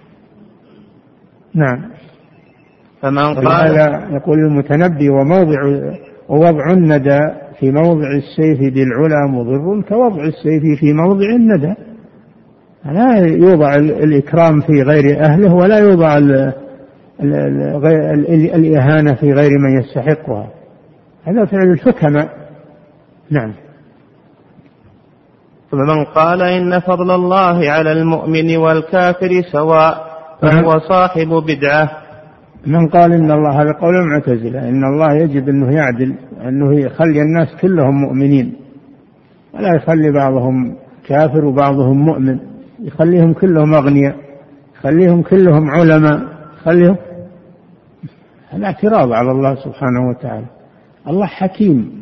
نعم. فمن قال يقول المتنبي ووضع الندى في موضع السيف ذي العلا مضر كوضع السيف في موضع الندى. لا يوضع الإكرام في غير أهله، ولا يوضع الإهانة في غير من يستحقها، هذا فعل الحكماء. نعم. فمن قال إن فضل الله على المؤمن والكافر سواء فهو صاحب بدعة. من قال إن الله، هذا قول المعتزلة، إن الله يجب أنه يعدل، أنه يخلي الناس كلهم مؤمنين ولا يخلي بعضهم كافر وبعضهم مؤمن، يخليهم كلهم أغنياء، يخليهم كلهم علماء، يخليهم. هذا اعتراض على الله سبحانه وتعالى. الله حكيم،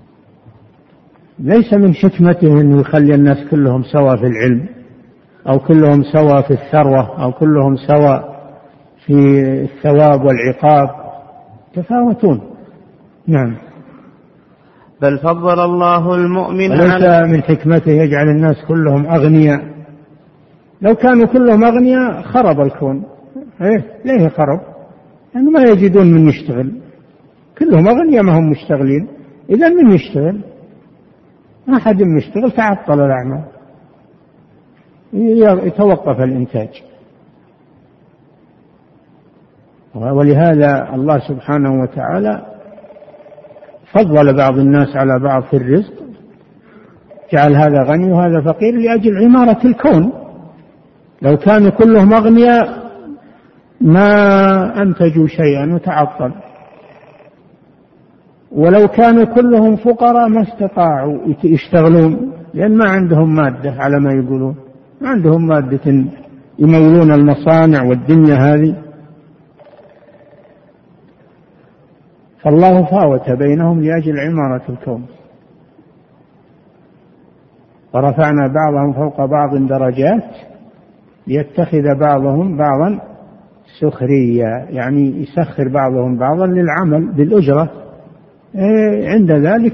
ليس من حكمته أنه يخلي الناس كلهم سواء في العلم أو كلهم سواء في الثروة أو كلهم سواء في الثواب والعقاب، تفاوتون. نعم. بل فضل الله المؤمن وليس من حكمته يجعل الناس كلهم أغنياء. لو كانوا كلهم أغنياء خرب الكون. ليه خرب؟ لأنه ما يجدون من يشتغل، كلهم أغنياء ما هم مشتغلين، إذا من يشتغل؟ ما حد يشتغل، تعطل الأعمال، يتوقف الإنتاج. ولهذا الله سبحانه وتعالى فضل بعض الناس على بعض في الرزق، جعل هذا غني وهذا فقير لأجل عمارة الكون. لو كانوا كلهم أغنياء ما أنتجوا شيئا وتعطل، ولو كانوا كلهم فقراء ما استطاعوا يشتغلون، لأن ما عندهم مادة، على ما يقولون ما عندهم مادة يمولون المصانع والدنيا هذه. فالله فاوت بينهم لأجل عمارة الكون. ورفعنا بعضهم فوق بعض درجات ليتخذ بعضهم بعضا سخريا، يعني يسخر بعضهم بعضا للعمل بالأجرة. عند ذلك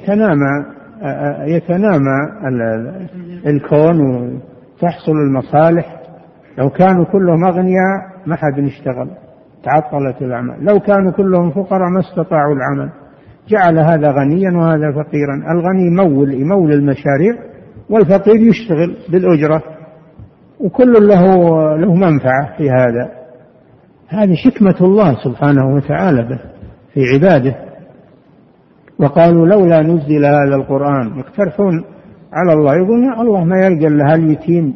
يتنامى الكون وتحصل المصالح. لو كانوا كلهم أغنياء ما حد يشتغل، تعطلت الأعمال. لو كانوا كلهم فقراء ما استطاعوا العمل. جعل هذا غنيا وهذا فقيرا. الغني يمول المشاريع، والفقير يشتغل بالأجرة، وكل له منفعة في هذا. هذه حكمة الله سبحانه وتعالى في عباده. وقالوا لولا نزل هذا القرآن، يقترحون على الله، يقولون الله ما يلقى لها اليتيم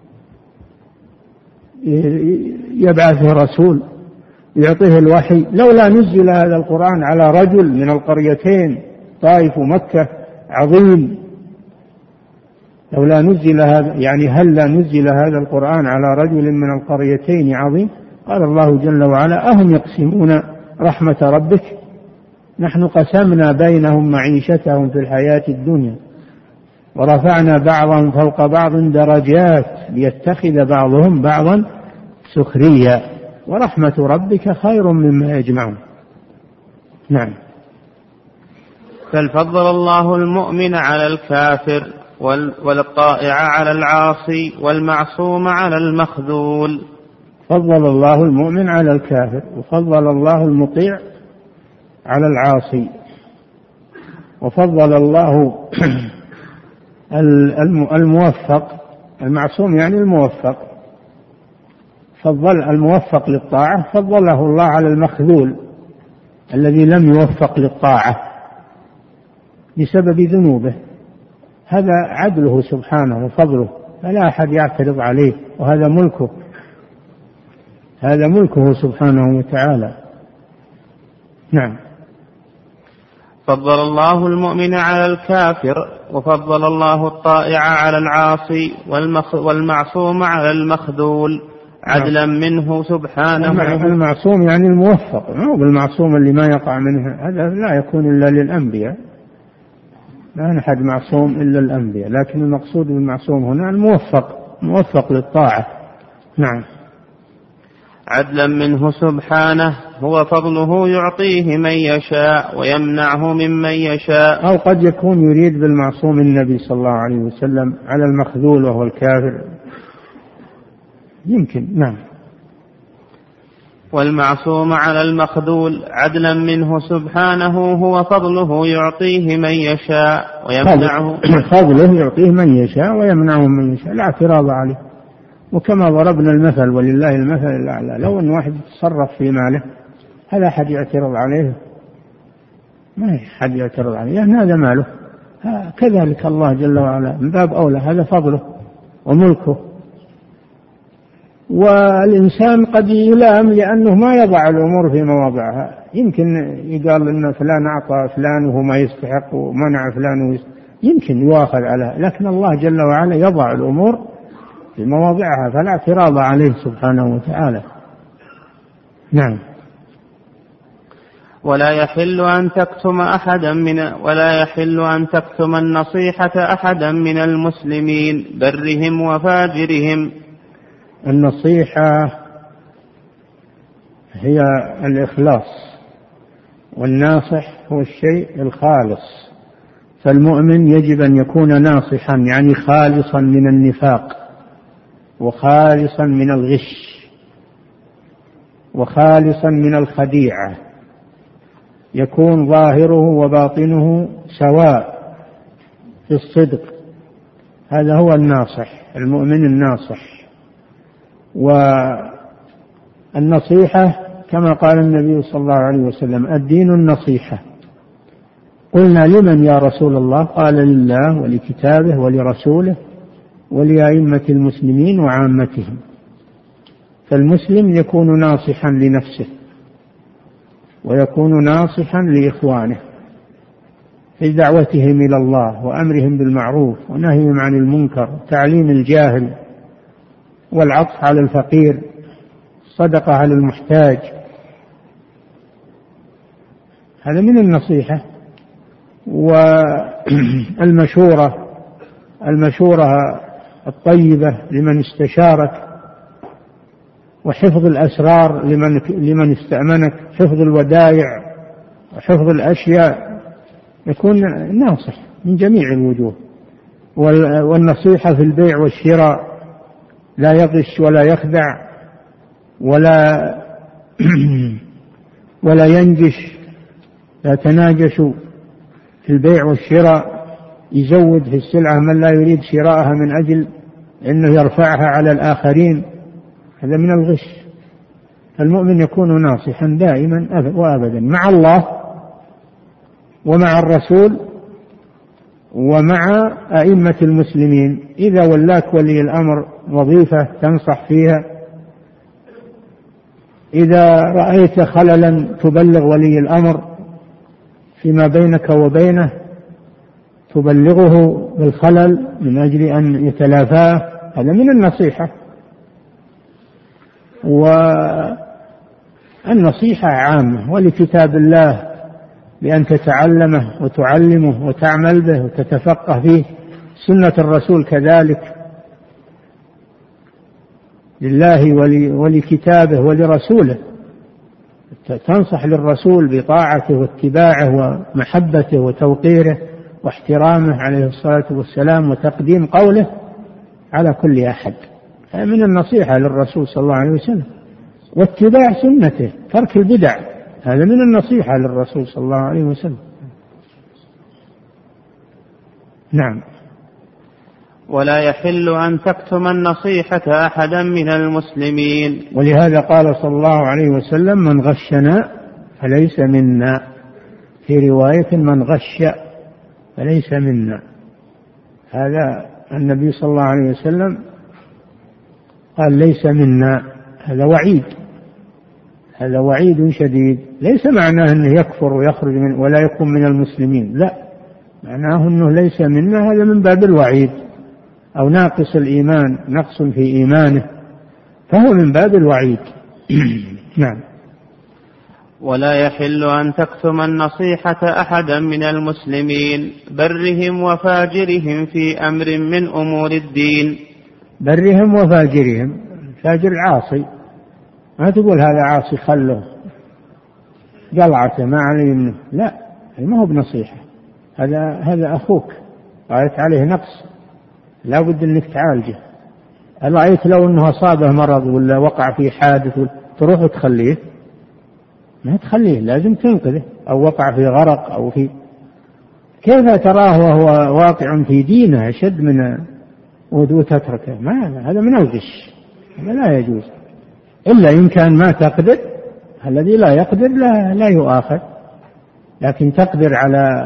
يبعثه رسول يعطيه الوحي. لولا نزل هذا القرآن على رجل من القريتين طائف ومكة عظيم. لولا نزل هذا، يعني هل لا نزل هذا القرآن على رجل من القريتين عظيم. قال الله جل وعلا أهم يقسمون رحمة ربك نحن قسمنا بينهم معيشتهم في الحياة الدنيا ورفعنا بعضهم فوق بعض درجات ليتخذ بعضهم بعضا سخريا ورحمة ربك خير مما يجمعون. نعم. بل فضل الله المؤمن على الكافر والطائع على العاصي والمعصوم على المخذول. فضل الله المؤمن على الكافر، وفضل الله المطيع على العاصي، وفضل الله الموفق. المعصوم يعني الموفق، فضل الموفق للطاعة فضله الله على المخذول الذي لم يوفق للطاعة بسبب ذنوبه. هذا عدله سبحانه وفضله، فلا أحد يعترض عليه، وهذا ملكه، هذا ملكه سبحانه وتعالى. نعم. فضل الله المؤمن على الكافر، وفضل الله الطائع على العاصي والمعصوم على المخذول عدلا منه سبحانه. المعصوم يعني الموفق، ما هو بالمعصوم اللي ما يقع منه، هذا لا يكون إلا للأنبياء، لا أحد معصوم إلا الأنبياء، لكن المقصود بالمعصوم هنا الموفق للطاعة. نعم. عدلا منه سبحانه، هو فضله يعطيه من يشاء ويمنعه ممن يشاء. أو قد يكون يريد بالمعصوم النبي صلى الله عليه وسلم على المخذول وهو الكافر، يمكن. نعم. والمعصوم على المخذول عدلا منه سبحانه، هو فضله يعطيه من يشاء ويمنعه. فضله يعطيه من يشاء ويمنعه من يشاء، لا اعتراض عليه. وكما ضربنا المثل ولله المثل الأعلى، لو أن واحد يتصرف في ماله هذا أحد يعترض عليه؟ ما أحد يعترض عليه، يعني هذا ماله. كذلك الله جل وعلا من باب أولى، هذا فضله وملكه. والإنسان قد يلام لأنه ما يضع الأمور في مواضعها، يمكن يقال إن فلان أعطى فلان وهو ما يستحق ومنع فلان يمكن يواخذ عليها، لكن الله جل وعلا يضع الأمور في مواضعها، فلا اعتراض عليه سبحانه وتعالى. نعم. ولا يحل أن تكتم النصيحة أحدا من المسلمين برهم وفاجرهم. النصيحة هي الإخلاص، والناصح هو الشيء الخالص. فالمؤمن يجب أن يكون ناصحا، يعني خالصا من النفاق، وخالصا من الغش، وخالصا من الخديعة، يكون ظاهره وباطنه سواء في الصدق. هذا هو الناصح، المؤمن الناصح. والنصيحة كما قال النبي صلى الله عليه وسلم: الدين النصيحة. قلنا: لمن يا رسول الله؟ قال: لله ولكتابه ولرسوله ولأئمة المسلمين وعامتهم. فالمسلم يكون ناصحا لنفسه ويكون ناصحا لإخوانه في دعوتهم إلى الله وأمرهم بالمعروف ونهيهم عن المنكر، تعليم الجاهل والعطف على الفقير، الصدقة على المحتاج. هذا من النصيحة. والمشورة الطيبة لمن استشارك، وحفظ الأسرار لمن استأمنك، حفظ الودائع وحفظ الأشياء، يكون ناصح من جميع الوجوه. والنصيحة في البيع والشراء، لا يغش ولا يخدع ولا ينجش، لا تناجشوا في البيع والشراء، يزود في السلعة من لا يريد شراءها من أجل أنه يرفعها على الآخرين، هذا من الغش. المؤمن يكون ناصحا دائما وأبدا مع الله ومع الرسول ومع أئمة المسلمين. إذا ولاك ولي الأمر وظيفة تنصح فيها، إذا رأيت خللا تبلغ ولي الأمر فيما بينك وبينه، تبلغه بالخلل من أجل أن يتلافاه، هذا من النصيحة. والنصيحة عامة، ولكتاب الله بأن تتعلمه وتعلمه وتعمل به وتتفقه فيه، سنة الرسول كذلك، لله ولكتابه ولرسوله، تنصح للرسول بطاعته واتباعه ومحبته وتوقيره واحترامه عليه الصلاة والسلام، وتقديم قوله على كل أحد، من النصيحة للرسول صلى الله عليه وسلم. واتباع سنته، ترك البدع، هذا من النصيحة للرسول صلى الله عليه وسلم. نعم. ولا يحل أن تكتم النصيحة أحدا من المسلمين. ولهذا قال صلى الله عليه وسلم: من غشنا فليس منا، في رواية: من غش فليس منا. هذا النبي صلى الله عليه وسلم قال: ليس منا، هذا وعيد، هذا وعيد شديد. ليس معناه أنه يكفر ويخرج من ولا يكون من المسلمين، لا، معناه أنه ليس منا، هذا من باب الوعيد، أو ناقص الإيمان، نقص في إيمانه، فهو من باب الوعيد. نعم. ولا يحل أن تكتم النصيحة أحدا من المسلمين، برهم وفاجرهم، في أمر من أمور الدين. برهم وفاجرهم، فاجر العاصي، ما تقول هذا عاصي خله قلعته ما عليه منه، لا، ما هو بنصيحة، هذا أخوك رأيت عليه نقص، لا بد أنك تعالجه. رأيت لو أنه أصابه مرض ولا وقع في حادث تروح تخليه؟ ما تخليه، لازم تنقذه. أو وقع في غرق أو في، كيف تراه وهو واقع في دينه أشد من وتتركه؟ ما هذا من الغش، هذا لا يجوز، إلا إن كان ما تقدر. الذي لا يقدر لا يؤاخذ، لكن تقدر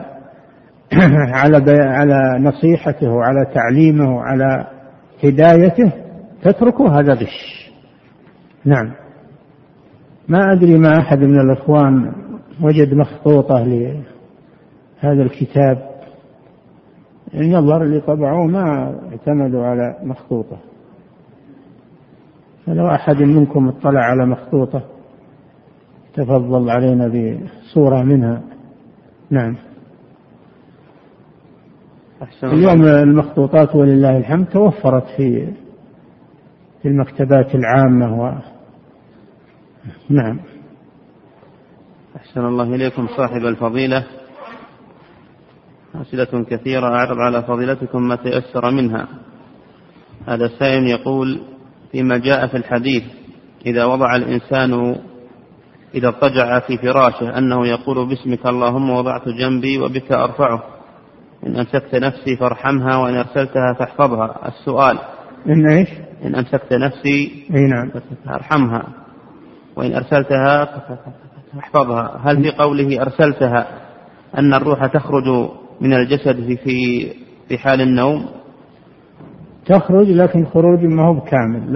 على نصيحته وعلى تعليمه وعلى هدايته، تتركه، هذا غش. نعم. ما أدري ما أحد من الأخوان وجد مخطوطة لهذا الكتاب، إن يظهر اللي طبعوه ما اعتمدوا على مخطوطة، فلو أحد منكم اطلع على مخطوطة تفضل علينا بصورة منها. نعم. اليوم المخطوطات ولله الحمد توفرت في المكتبات العامة نعم. أحسن الله إليكم صاحب الفضيلة، أسئلة كثيرة أعرض على فضيلتكم ما تيسر منها. هذا السائل يقول: فيما جاء في الحديث إذا وضع الإنسان إذا اضطجع في فراشه أنه يقول: باسمك اللهم وضعت جنبي وبك أرفعه، إن أمسكت نفسي فارحمها وإن أرسلتها فاحفظها. السؤال: إن إيش؟ إن أمسكت نفسي نعم فارحمها، وإن أرسلتها فاحفظها. هل في قوله أرسلتها أن الروح تخرج من الجسد في حال النوم؟ تخرج، لكن خروج ما هو كامل،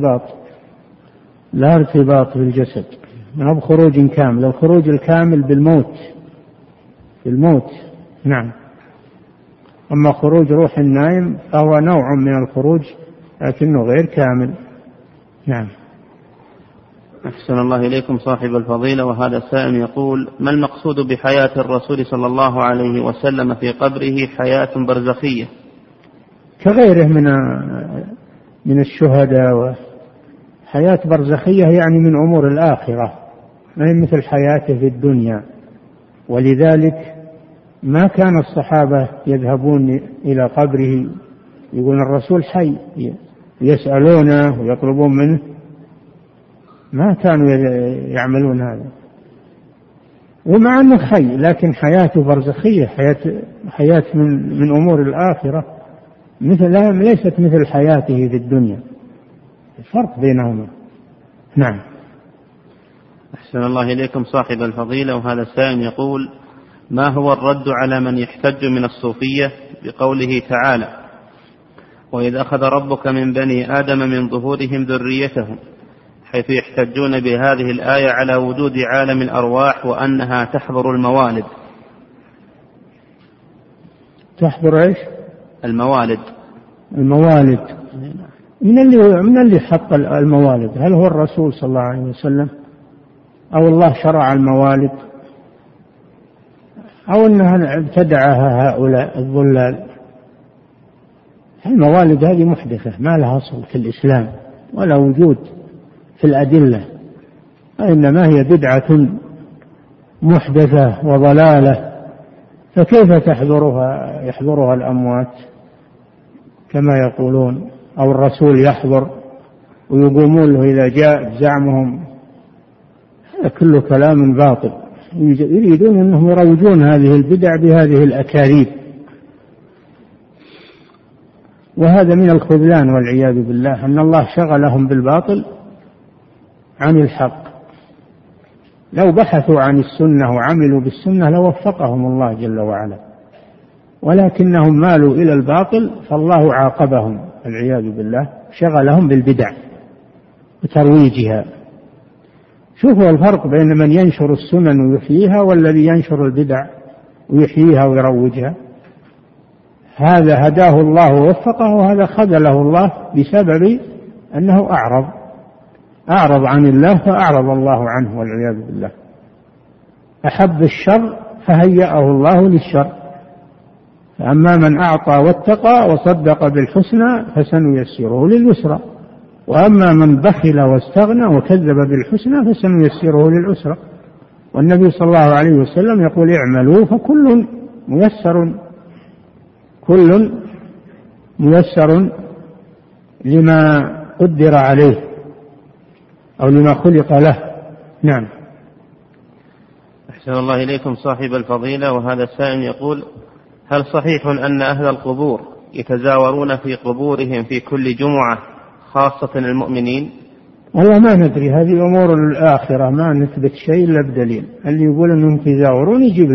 لها ارتباط بالجسد، ما هو خروج كامل. الخروج الكامل بالموت. نعم. أما خروج روح النائم فهو نوع من الخروج لكنه غير كامل. نعم. أحسن الله إليكم صاحب الفضيلة. وهذا السائل يقول: ما المقصود بحياة الرسول صلى الله عليه وسلم في قبره حياة برزخية؟ كغيره من الشهداء. حياة برزخية يعني من أمور الآخرة، ما هي مثل حياته في الدنيا. ولذلك ما كان الصحابة يذهبون إلى قبره يقول الرسول حي، يسألونه ويطلبون منه، ما كانوا يعملون هذا. ومع أنه حي لكن حياته برزخية، حياة من أمور الآخرة، ليست مثل حياته في الدنيا، الفرق بينهما. نعم. أحسن الله إليكم صاحب الفضيلة. وهذا السائل يقول: ما هو الرد على من يحتج من الصوفية بقوله تعالى: وإذ أخذ ربك من بني آدم من ظهورهم ذريتهم، حيث يحتجون بهذه الآية على وجود عالم الأرواح وأنها تحضر الموالد. تحضر إيش؟ الموالد. من اللي حط الموالد؟ هل هو الرسول صلى الله عليه وسلم، أو الله شرع الموالد، أو أنها ابتدعها هؤلاء الضلال؟ الموالد هذه محدثة ما لها أصل في الإسلام ولا وجود في الأدلة، إنما هي بدعة محدثة وضلالة، فكيف يحضرها الأموات كما يقولون، أو الرسول يحضر ويقومون له إذا جاء زعمهم؟ هذا كله كلام باطل، يريدون أنهم يروجون هذه البدع بهذه الأكاذيب، وهذا من الخذلان والعياذ بالله، أن الله شغلهم بالباطل عن الحق. لو بحثوا عن السنة وعملوا بالسنة لوفقهم الله جل وعلا، ولكنهم مالوا إلى الباطل فالله عاقبهم والعياذ بالله، شغلهم بالبدع وترويجها. شوفوا الفرق بين من ينشر السنن ويحييها والذي ينشر البدع ويحييها ويروجها. هذا هداه الله ووفقه، وهذا خذله الله بسبب أنه أعرض عن الله فأعرض الله عنه والعياذ بالله. أحب الشر فهيأه الله للشر. أما من أعطى واتقى وصدق بالحسنى فسنيسره لليسرى، وأما من بخل واستغنى وكذب بالحسنى فسنيسره للعسرى. والنبي صلى الله عليه وسلم يقول: اعملوا فكل ميسر لما قدر عليه أو لما خلق له. نعم. أحسن الله إليكم صاحب الفضيلة. وهذا السائل يقول: هل صحيح أن أهل القبور يتزاورون في قبورهم في كل جمعة خاصة المؤمنين؟ والله ما ندري، هذه أمور الآخرة ما نثبت شيء إلا بدليل. اللي يقول أنهم يتزاورون يجيب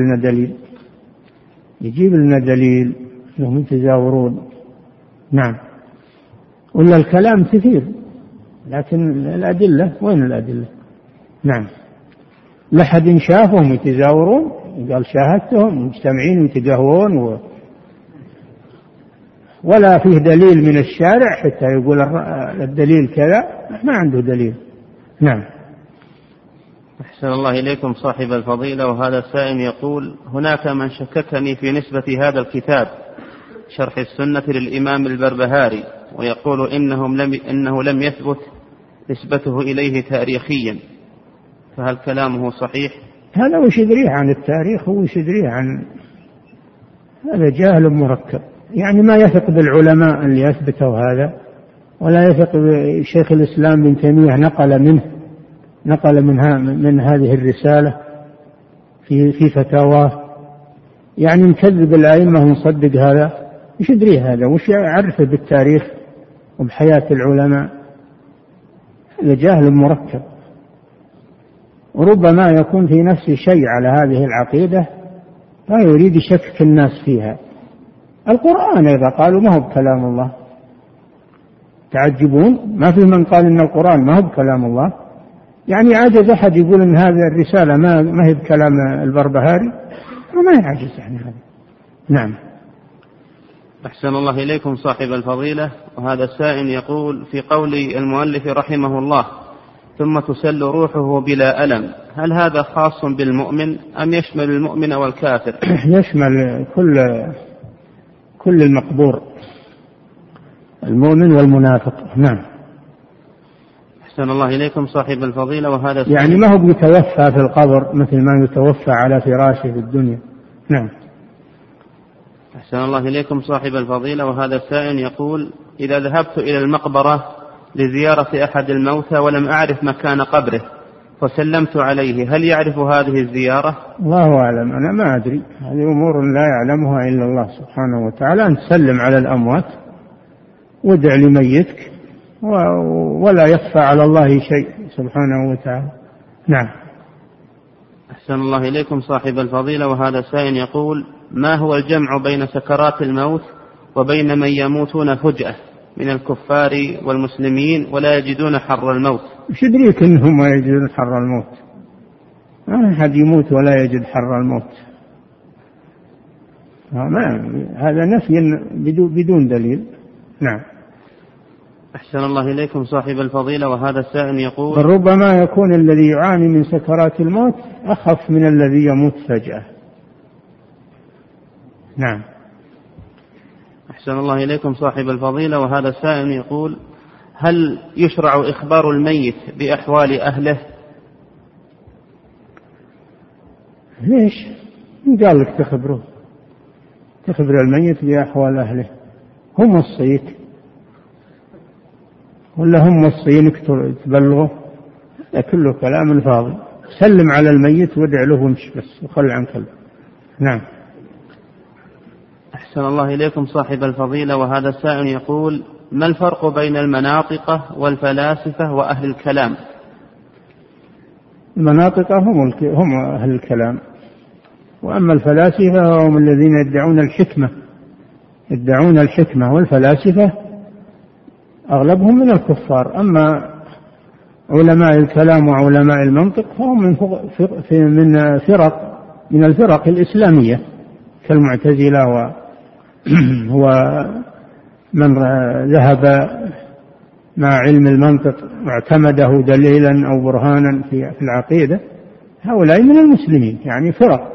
لنا دليل أنهم يتزاورون. نعم. ولا الكلام كثير لكن الأدلة وين الأدلة؟ نعم. لحد شافهم يتزاورون قال شاهدتهم مجتمعين ويتقهوون ولا فيه دليل من الشارع حتى يقول الدليل كذا، ما عنده دليل. نعم. أحسن الله إليكم صاحب الفضيلة. وهذا السائل يقول: هناك من شككني في نسبة هذا الكتاب شرح السنة للإمام البربهاري، ويقول إنه لم يثبت نسبته إليه تاريخيا، فهل كلامه صحيح؟ هذا وش يدريه عن التاريخ، وش يدريه عن هذا؟ جاهل مركب، يعني ما يثق بالعلماء اللي يثبتوا هذا، ولا يثق بشيخ الإسلام بن تيمية نقل من هذه الرسالة في فتاواه، يعني نكذب الأئمة ونصدق هذا. وش يدريه هذا؟ وش يعرفه بالتاريخ وبحياة العلماء؟ هذا جاهل مركب. وربما يكون في نفسه شيء على هذه العقيدة لا يريد يشكك الناس فيها. القرآن إذا قالوا ما هو بكلام الله تعجبون، ما في من قال إن القرآن ما هو بكلام الله، يعني عجز أحد يقول إن هذه الرسالة ما هي بكلام البربهاري، وما يعجز عن هذا. نعم. أحسن الله إليكم صاحب الفضيلة. وهذا السائل يقول في قول المؤلف رحمه الله ثم تسل روحه بلا ألم، هل هذا خاص بالمؤمن أم يشمل المؤمن والكافر؟ يشمل كل المقبور، المؤمن والمنافق. نعم. أحسن الله إليكم صاحب الفضيلة. وهذا يعني ما هو يتوفى في القبر مثل ما يتوفى على فراشه في الدنيا. نعم. أحسن الله إليكم صاحب الفضيلة. وهذا السائل يقول إذا ذهبت إلى المقبرة لزيارة أحد الموتى ولم أعرف مكان قبره فسلمت عليه، هل يعرف هذه الزيارة؟ الله أعلم، أنا ما أدري، هذه أمور لا يعلمها إلا الله سبحانه وتعالى. أن تسلم على الأموات وادع لميتك ولا يخفى على الله شيء سبحانه وتعالى. نعم. أحسن الله إليكم صاحب الفضيلة. وهذا السائل يقول ما هو الجمع بين سكرات الموت وبين من يموتون فجأة من الكفار والمسلمين ولا يجدون حر الموت؟ وش يدريك إنهم ما يجدون حر الموت؟ ما أحد يموت ولا يجد حر الموت، هذا نفي بدون دليل. نعم. أحسن الله إليكم صاحب الفضيلة. وهذا السائل يقول ربما يكون الذي يعاني من سكرات الموت أخف من الذي يموت فجأة. نعم. أحسن الله إليكم صاحب الفضيلة. وهذا السائل يقول هل يشرع إخبار الميت بأحوال أهله؟ ليش؟ قال لك تخبر الميت بأحوال أهله، هم وصيك ولا هم وصينك تبلغه؟ هذا كله كلام فاضي. سلم على الميت وادع له وامشي بس وخل عن كلام. نعم. أحسن الله إليكم صاحب الفضيلة. وهذا السائل يقول ما الفرق بين المناطقة والفلاسفة وأهل الكلام؟ المناطقة هم أهل الكلام، وأما الفلاسفة هم الذين يدعون الحكمة، والفلاسفة أغلبهم من الكفار. أما علماء الكلام وعلماء المنطق فهم من الفرق الإسلامية كالمعتزلة ومن ذهب مع علم المنطق واعتمده دليلا أو برهانا في العقيدة، هؤلاء من المسلمين، يعني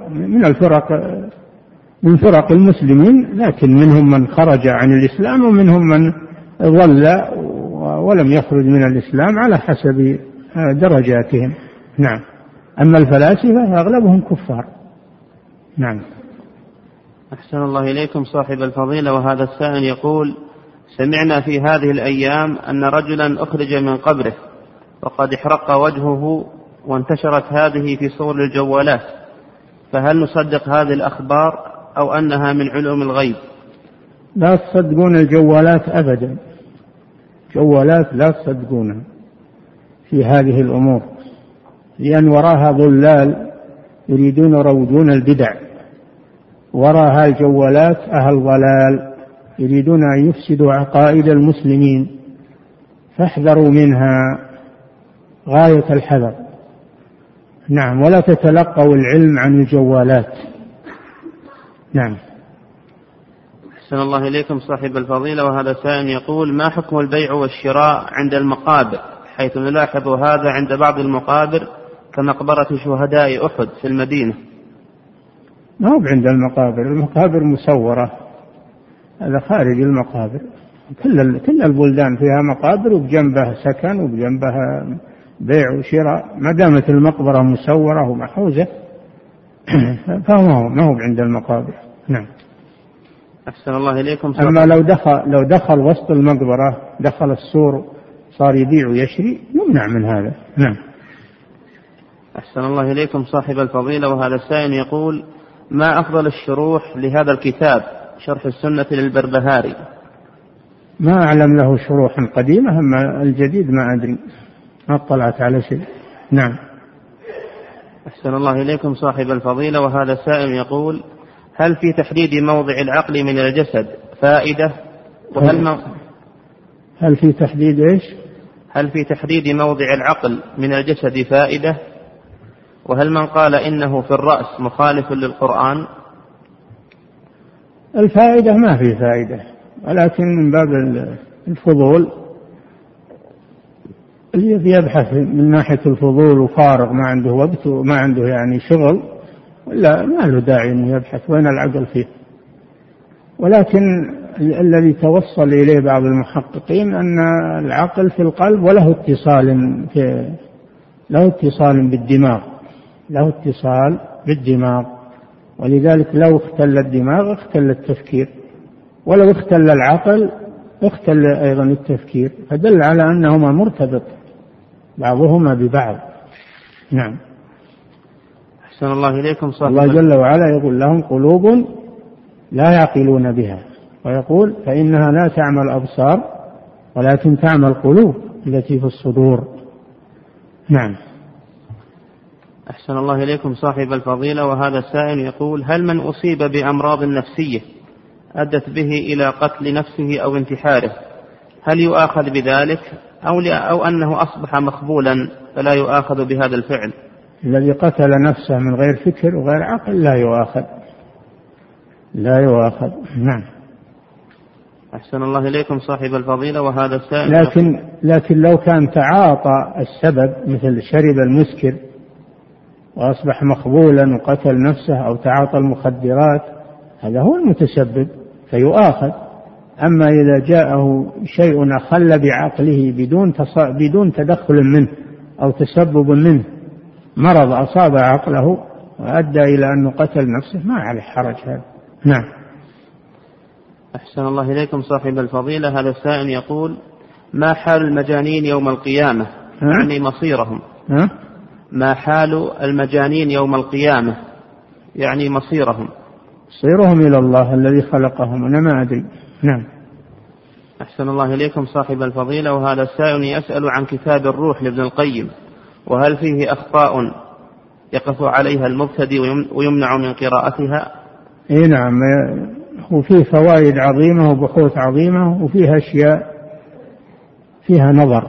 من فرق المسلمين، لكن منهم من خرج عن الإسلام ومنهم من ظل ولم يخرج من الإسلام على حسب درجاتهم. نعم. أما الفلاسفة أغلبهم كفار. نعم. أحسن الله إليكم صاحب الفضيلة. وهذا السائل يقول سمعنا في هذه الأيام أن رجلا أخرج من قبره وقد احرق وجهه وانتشرت هذه في صور الجوالات، فهل نصدق هذه الأخبار أو أنها من علوم الغيب؟ لا تصدقون الجوالات أبدا، جوالات لا تصدقونها في هذه الأمور، لأن وراها ضلال يريدون يروجون البدع، وراها الجوالات أهل ضلال يريدون أن يفسدوا عقائد المسلمين، فاحذروا منها غاية الحذر. نعم. ولا تتلقوا العلم عن الجوالات. نعم. أحسن الله إليكم صاحب الفضيلة. وهذا سائل يقول ما حكم البيع والشراء عند المقابر، حيث نلاحظ هذا عند بعض المقابر كمقبرة شهداء أحد في المدينة؟ ما هو عند المقابر مسورة، هذا خارج المقابر. كل البلدان فيها مقابر وبجنبها سكن وبجنبها بيع وشراء، ما دامت المقبرة مسورة ومحوزة فهو ما هو عند المقابر. نعم. أحسن الله إليكم. أما لو دخل وسط المقبرة، دخل السور صار يبيع ويشري، يمنع من هذا. نعم. أحسن الله إليكم صاحب الفضيلة. وهذا السائل يقول ما أفضل الشروح لهذا الكتاب شرح السنة للبربهاري؟ ما أعلم له شروحا قديمة، أما الجديد ما أدري، ما اطلعت على شيء. نعم. أحسن الله إليكم صاحب الفضيلة، وهذا سائل يقول: هل في تحديد موضع العقل من الجسد فائدة؟ هل في تحديد إيش؟ هل في تحديد موضع العقل من الجسد فائدة؟ وهل من قال إنه في الرأس مخالف للقرآن؟ الفائدة ما في فائدة، ولكن من باب الفضول، الذي يبحث من ناحية الفضول وفارغ ما عنده وقت وما عنده يعني شغل، ولا ما له داعي أن يبحث وين العقل فيه. ولكن الذي توصل إليه بعض المحققين أن العقل في القلب وله اتصال بالدماغ، له اتصال بالدماغ، ولذلك لو اختل الدماغ اختل التفكير، ولو اختل العقل اختل أيضا التفكير، فدل على أنهما مرتبط بعضهما ببعض. نعم. أحسن الله إليكم صاحب الله جل وعلا يقول: لهم قلوب لا يعقلون بها، ويقول: فإنها لا تعمى الأبصار ولكن تعمى القلوب التي في الصدور. نعم. أحسن الله إليكم صاحب الفضيلة، وهذا السائل يقول: هل من أصيب بأمراض نفسية أدت به إلى قتل نفسه أو انتحاره هل يؤاخذ بذلك أو أنه أصبح مقبولا فلا يؤاخذ بهذا الفعل؟ الذي قتل نفسه من غير فكر وغير عقل لا يؤاخذ. نعم. أحسن الله إليكم صاحب الفضيلة، وهذا السائل لكن لو كان تعاطى السبب مثل شرب المسكر وأصبح مخبولا وقتل نفسه، أو تعاطى المخدرات، هذا هو المتسبب فيؤاخذ. أما إذا جاءه شيء أخل بعقله بدون تدخل منه أو تسبب منه، مرض أصاب عقله وأدى إلى أنه قتل نفسه، ما عليه حرج هذا. نعم. أحسن الله إليكم صاحب الفضيلة، هذا السائل يقول: ما حال المجانين يوم القيامة؟ يعني مصيرهم. ما حال المجانين يوم القيامة يعني مصيرهم إلى الله الذي خلقهم، أنا ما أدري. نعم. أحسن الله إليكم صاحب الفضيلة، وهذا السائل يسأل عن كتاب الروح لابن القيم، وهل فيه أخطاء يقف عليها المبتدئ ويمنع من قراءتها؟ إيه نعم، وفيه فوائد عظيمة وبحوث عظيمة، وفيها أشياء فيها نظر.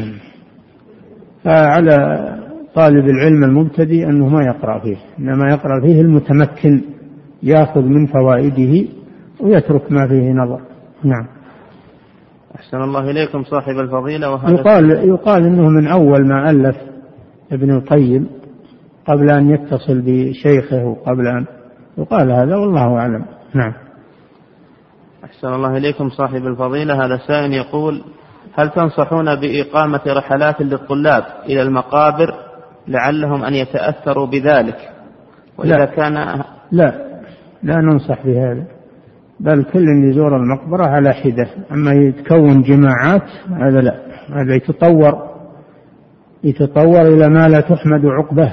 فعلى طالب العلم المبتدئ أنه ما يقرأ فيه، إنما يقرأ فيه المتمكن، يأخذ من فوائده ويترك ما فيه نظر. نعم. أحسن الله إليكم صاحب الفضيلة، يقال إنه من أول ما ألف ابن القيم قبل أن يتصل بشيخه وقبل أن يقال هذا، والله أعلم. نعم. أحسن الله إليكم صاحب الفضيلة، هذا سائل يقول: هل تنصحون بإقامة رحلات للطلاب إلى المقابر لعلهم أن يتأثروا بذلك؟ وإذا كان لا ننصح بهذا، بل كل يزور المقبرة على حدة. أما يتكون جماعات هذا لا، هذا يتطور إلى ما لا تحمد عقبه،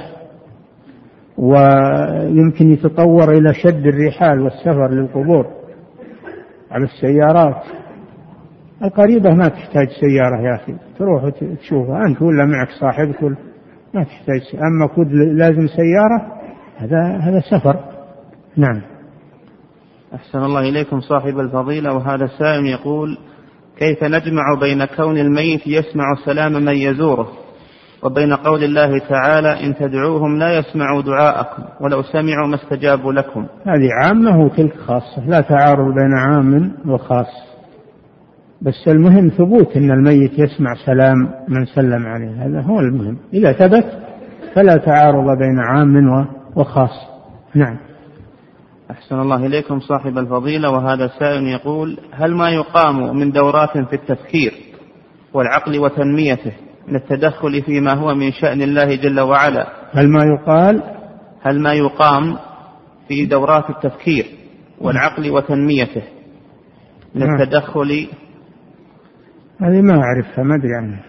ويمكن يتطور إلى شد الرحال والسفر للقبور على السيارات. القريبة ما تحتاج سيارة يا أخي، تروح تشوفها أنت ولا معك صاحبك، ما تحتاج. أما كود لازم سيارة، هذا سفر. نعم. أحسن الله إليكم صاحب الفضيلة، وهذا السائل يقول: كيف نجمع بين كون الميت يسمع سلام من يزوره وبين قول الله تعالى: إن تدعوهم لا يسمعوا دعاءكم ولو سمعوا ما استجابوا لكم؟ هذه عامة وتلك خاصة، لا تعارض بين عام وخاص، بس المهم ثبوت أن الميت يسمع سلام من سلم عليه، هذا هو المهم. إذا ثبت فلا تعارض بين عام وخاص. نعم. أحسن الله إليكم صاحب الفضيلة، وهذا السائل يقول: هل ما يقام من دورات في التفكير والعقل وتنميته من التدخل فيما هو من شأن الله جل وعلا؟ هل ما يقام في دورات التفكير والعقل وتنميته من التدخل؟ هذه ما أعرفها، ما أدري عنها.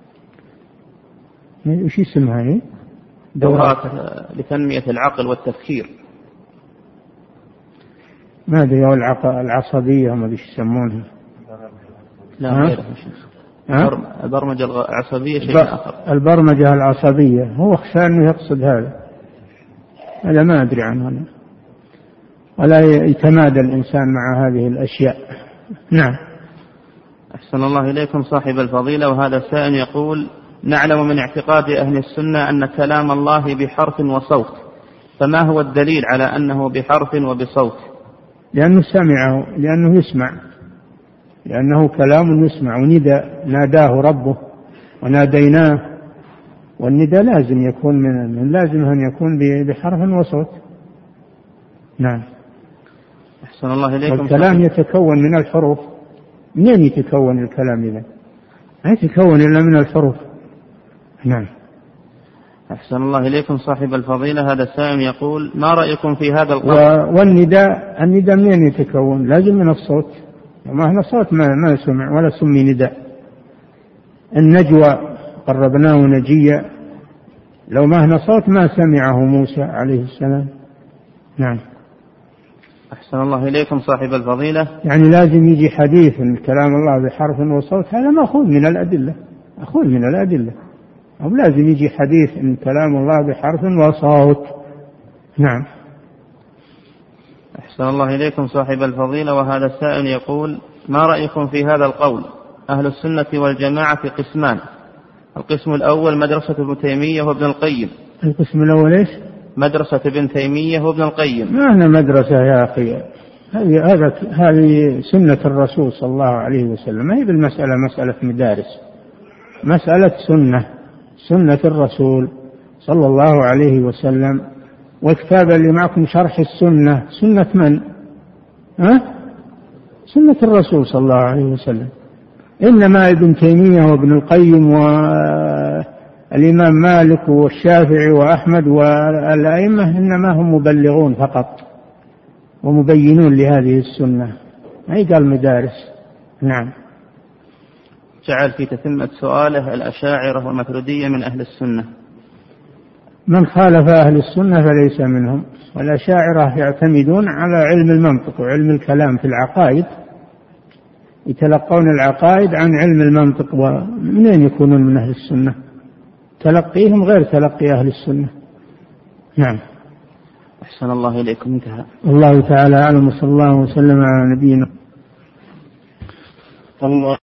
وش اسمها هي؟ دورات لتنمية العقل والتفكير. ما أدري، العصبية ما أدري ايش يسمونها. لا غيرها. البرمجة العصبية شيء آخر. البرمجة العصبية، هو أخشى أنه يقصد هذا. هذا ما أدري عنه، ولا يتمادى الإنسان مع هذه الأشياء. نعم. أحسن الله إليكم صاحب الفضيلة. وهذا سائل يقول: نعلم من اعتقاد أهل السنة أن كلام الله بحرف وصوت، فما هو الدليل على أنه بحرف وبصوت؟ لأنه سمعه، لأنه يسمع، لأنه كلام يسمع، وندى ناداه ربه وناديناه، والندى لازم يكون من لازم أن يكون بحرف وصوت. نعم. أحسن الله إليكم. الكلام يتكون من الحروف. منين يتكون الكلام إذا؟ ما يتكون إلا من الحروف. نعم. أحسن الله إليكم صاحب الفضيلة. هذا سائل يقول: ما رأيكم في هذا القول؟ والنداء منين يتكون؟ لازم من الصوت، وما هنا صوت ما سمع ولا سمي نداء. النجوى قربناه نجيا، لو ما هنا صوت ما سمعه موسى عليه السلام. نعم. أحسن الله إليكم صاحب الفضيلة. يعني لازم يجي حديث من كلام الله بحرف وصوت، هذا مأخوذ من الأدلة، مأخوذ من الأدلة، أو لازم يجي حديث من كلام الله بحرف وصوت. نعم. أحسن الله إليكم صاحب الفضيلة. وهذا السائل يقول: ما رأيكم في هذا القول؟ أهل السنة والجماعة قسمان، القسم الأول مدرسة ابن تيمية وابن القيم. القسم الأول إيش؟ مدرسة ابن تيمية وابن القيم. ما هنا مدرسة يا أخي، هذه سنة الرسول صلى الله عليه وسلم، ما هي بالمسألة مسألة مدارس، مسألة سنة الرسول صلى الله عليه وسلم. والكتاب اللي معكم شرح السنة، سنة من؟ سنة الرسول صلى الله عليه وسلم. إنما ابن تيمية وابن القيم والإمام مالك والشافعي وأحمد والأئمة إنما هم مبلغون فقط ومبينون لهذه السنة، أي قال مدارس. نعم. جعل في تتمة سؤاله: الأشاعرة والماتريدية من أهل السنة؟ من خالف أهل السنة فليس منهم. والأشاعرة يعتمدون على علم المنطق وعلم الكلام في العقائد، يتلقون العقائد عن علم المنطق، ومنين يكونون من أهل السنة؟ تلقيهم غير تلقي أهل السنة. نعم. أحسن الله إليكم. انتهى. الله تعالى أعلم، صلى الله وسلم على نبينا. الله.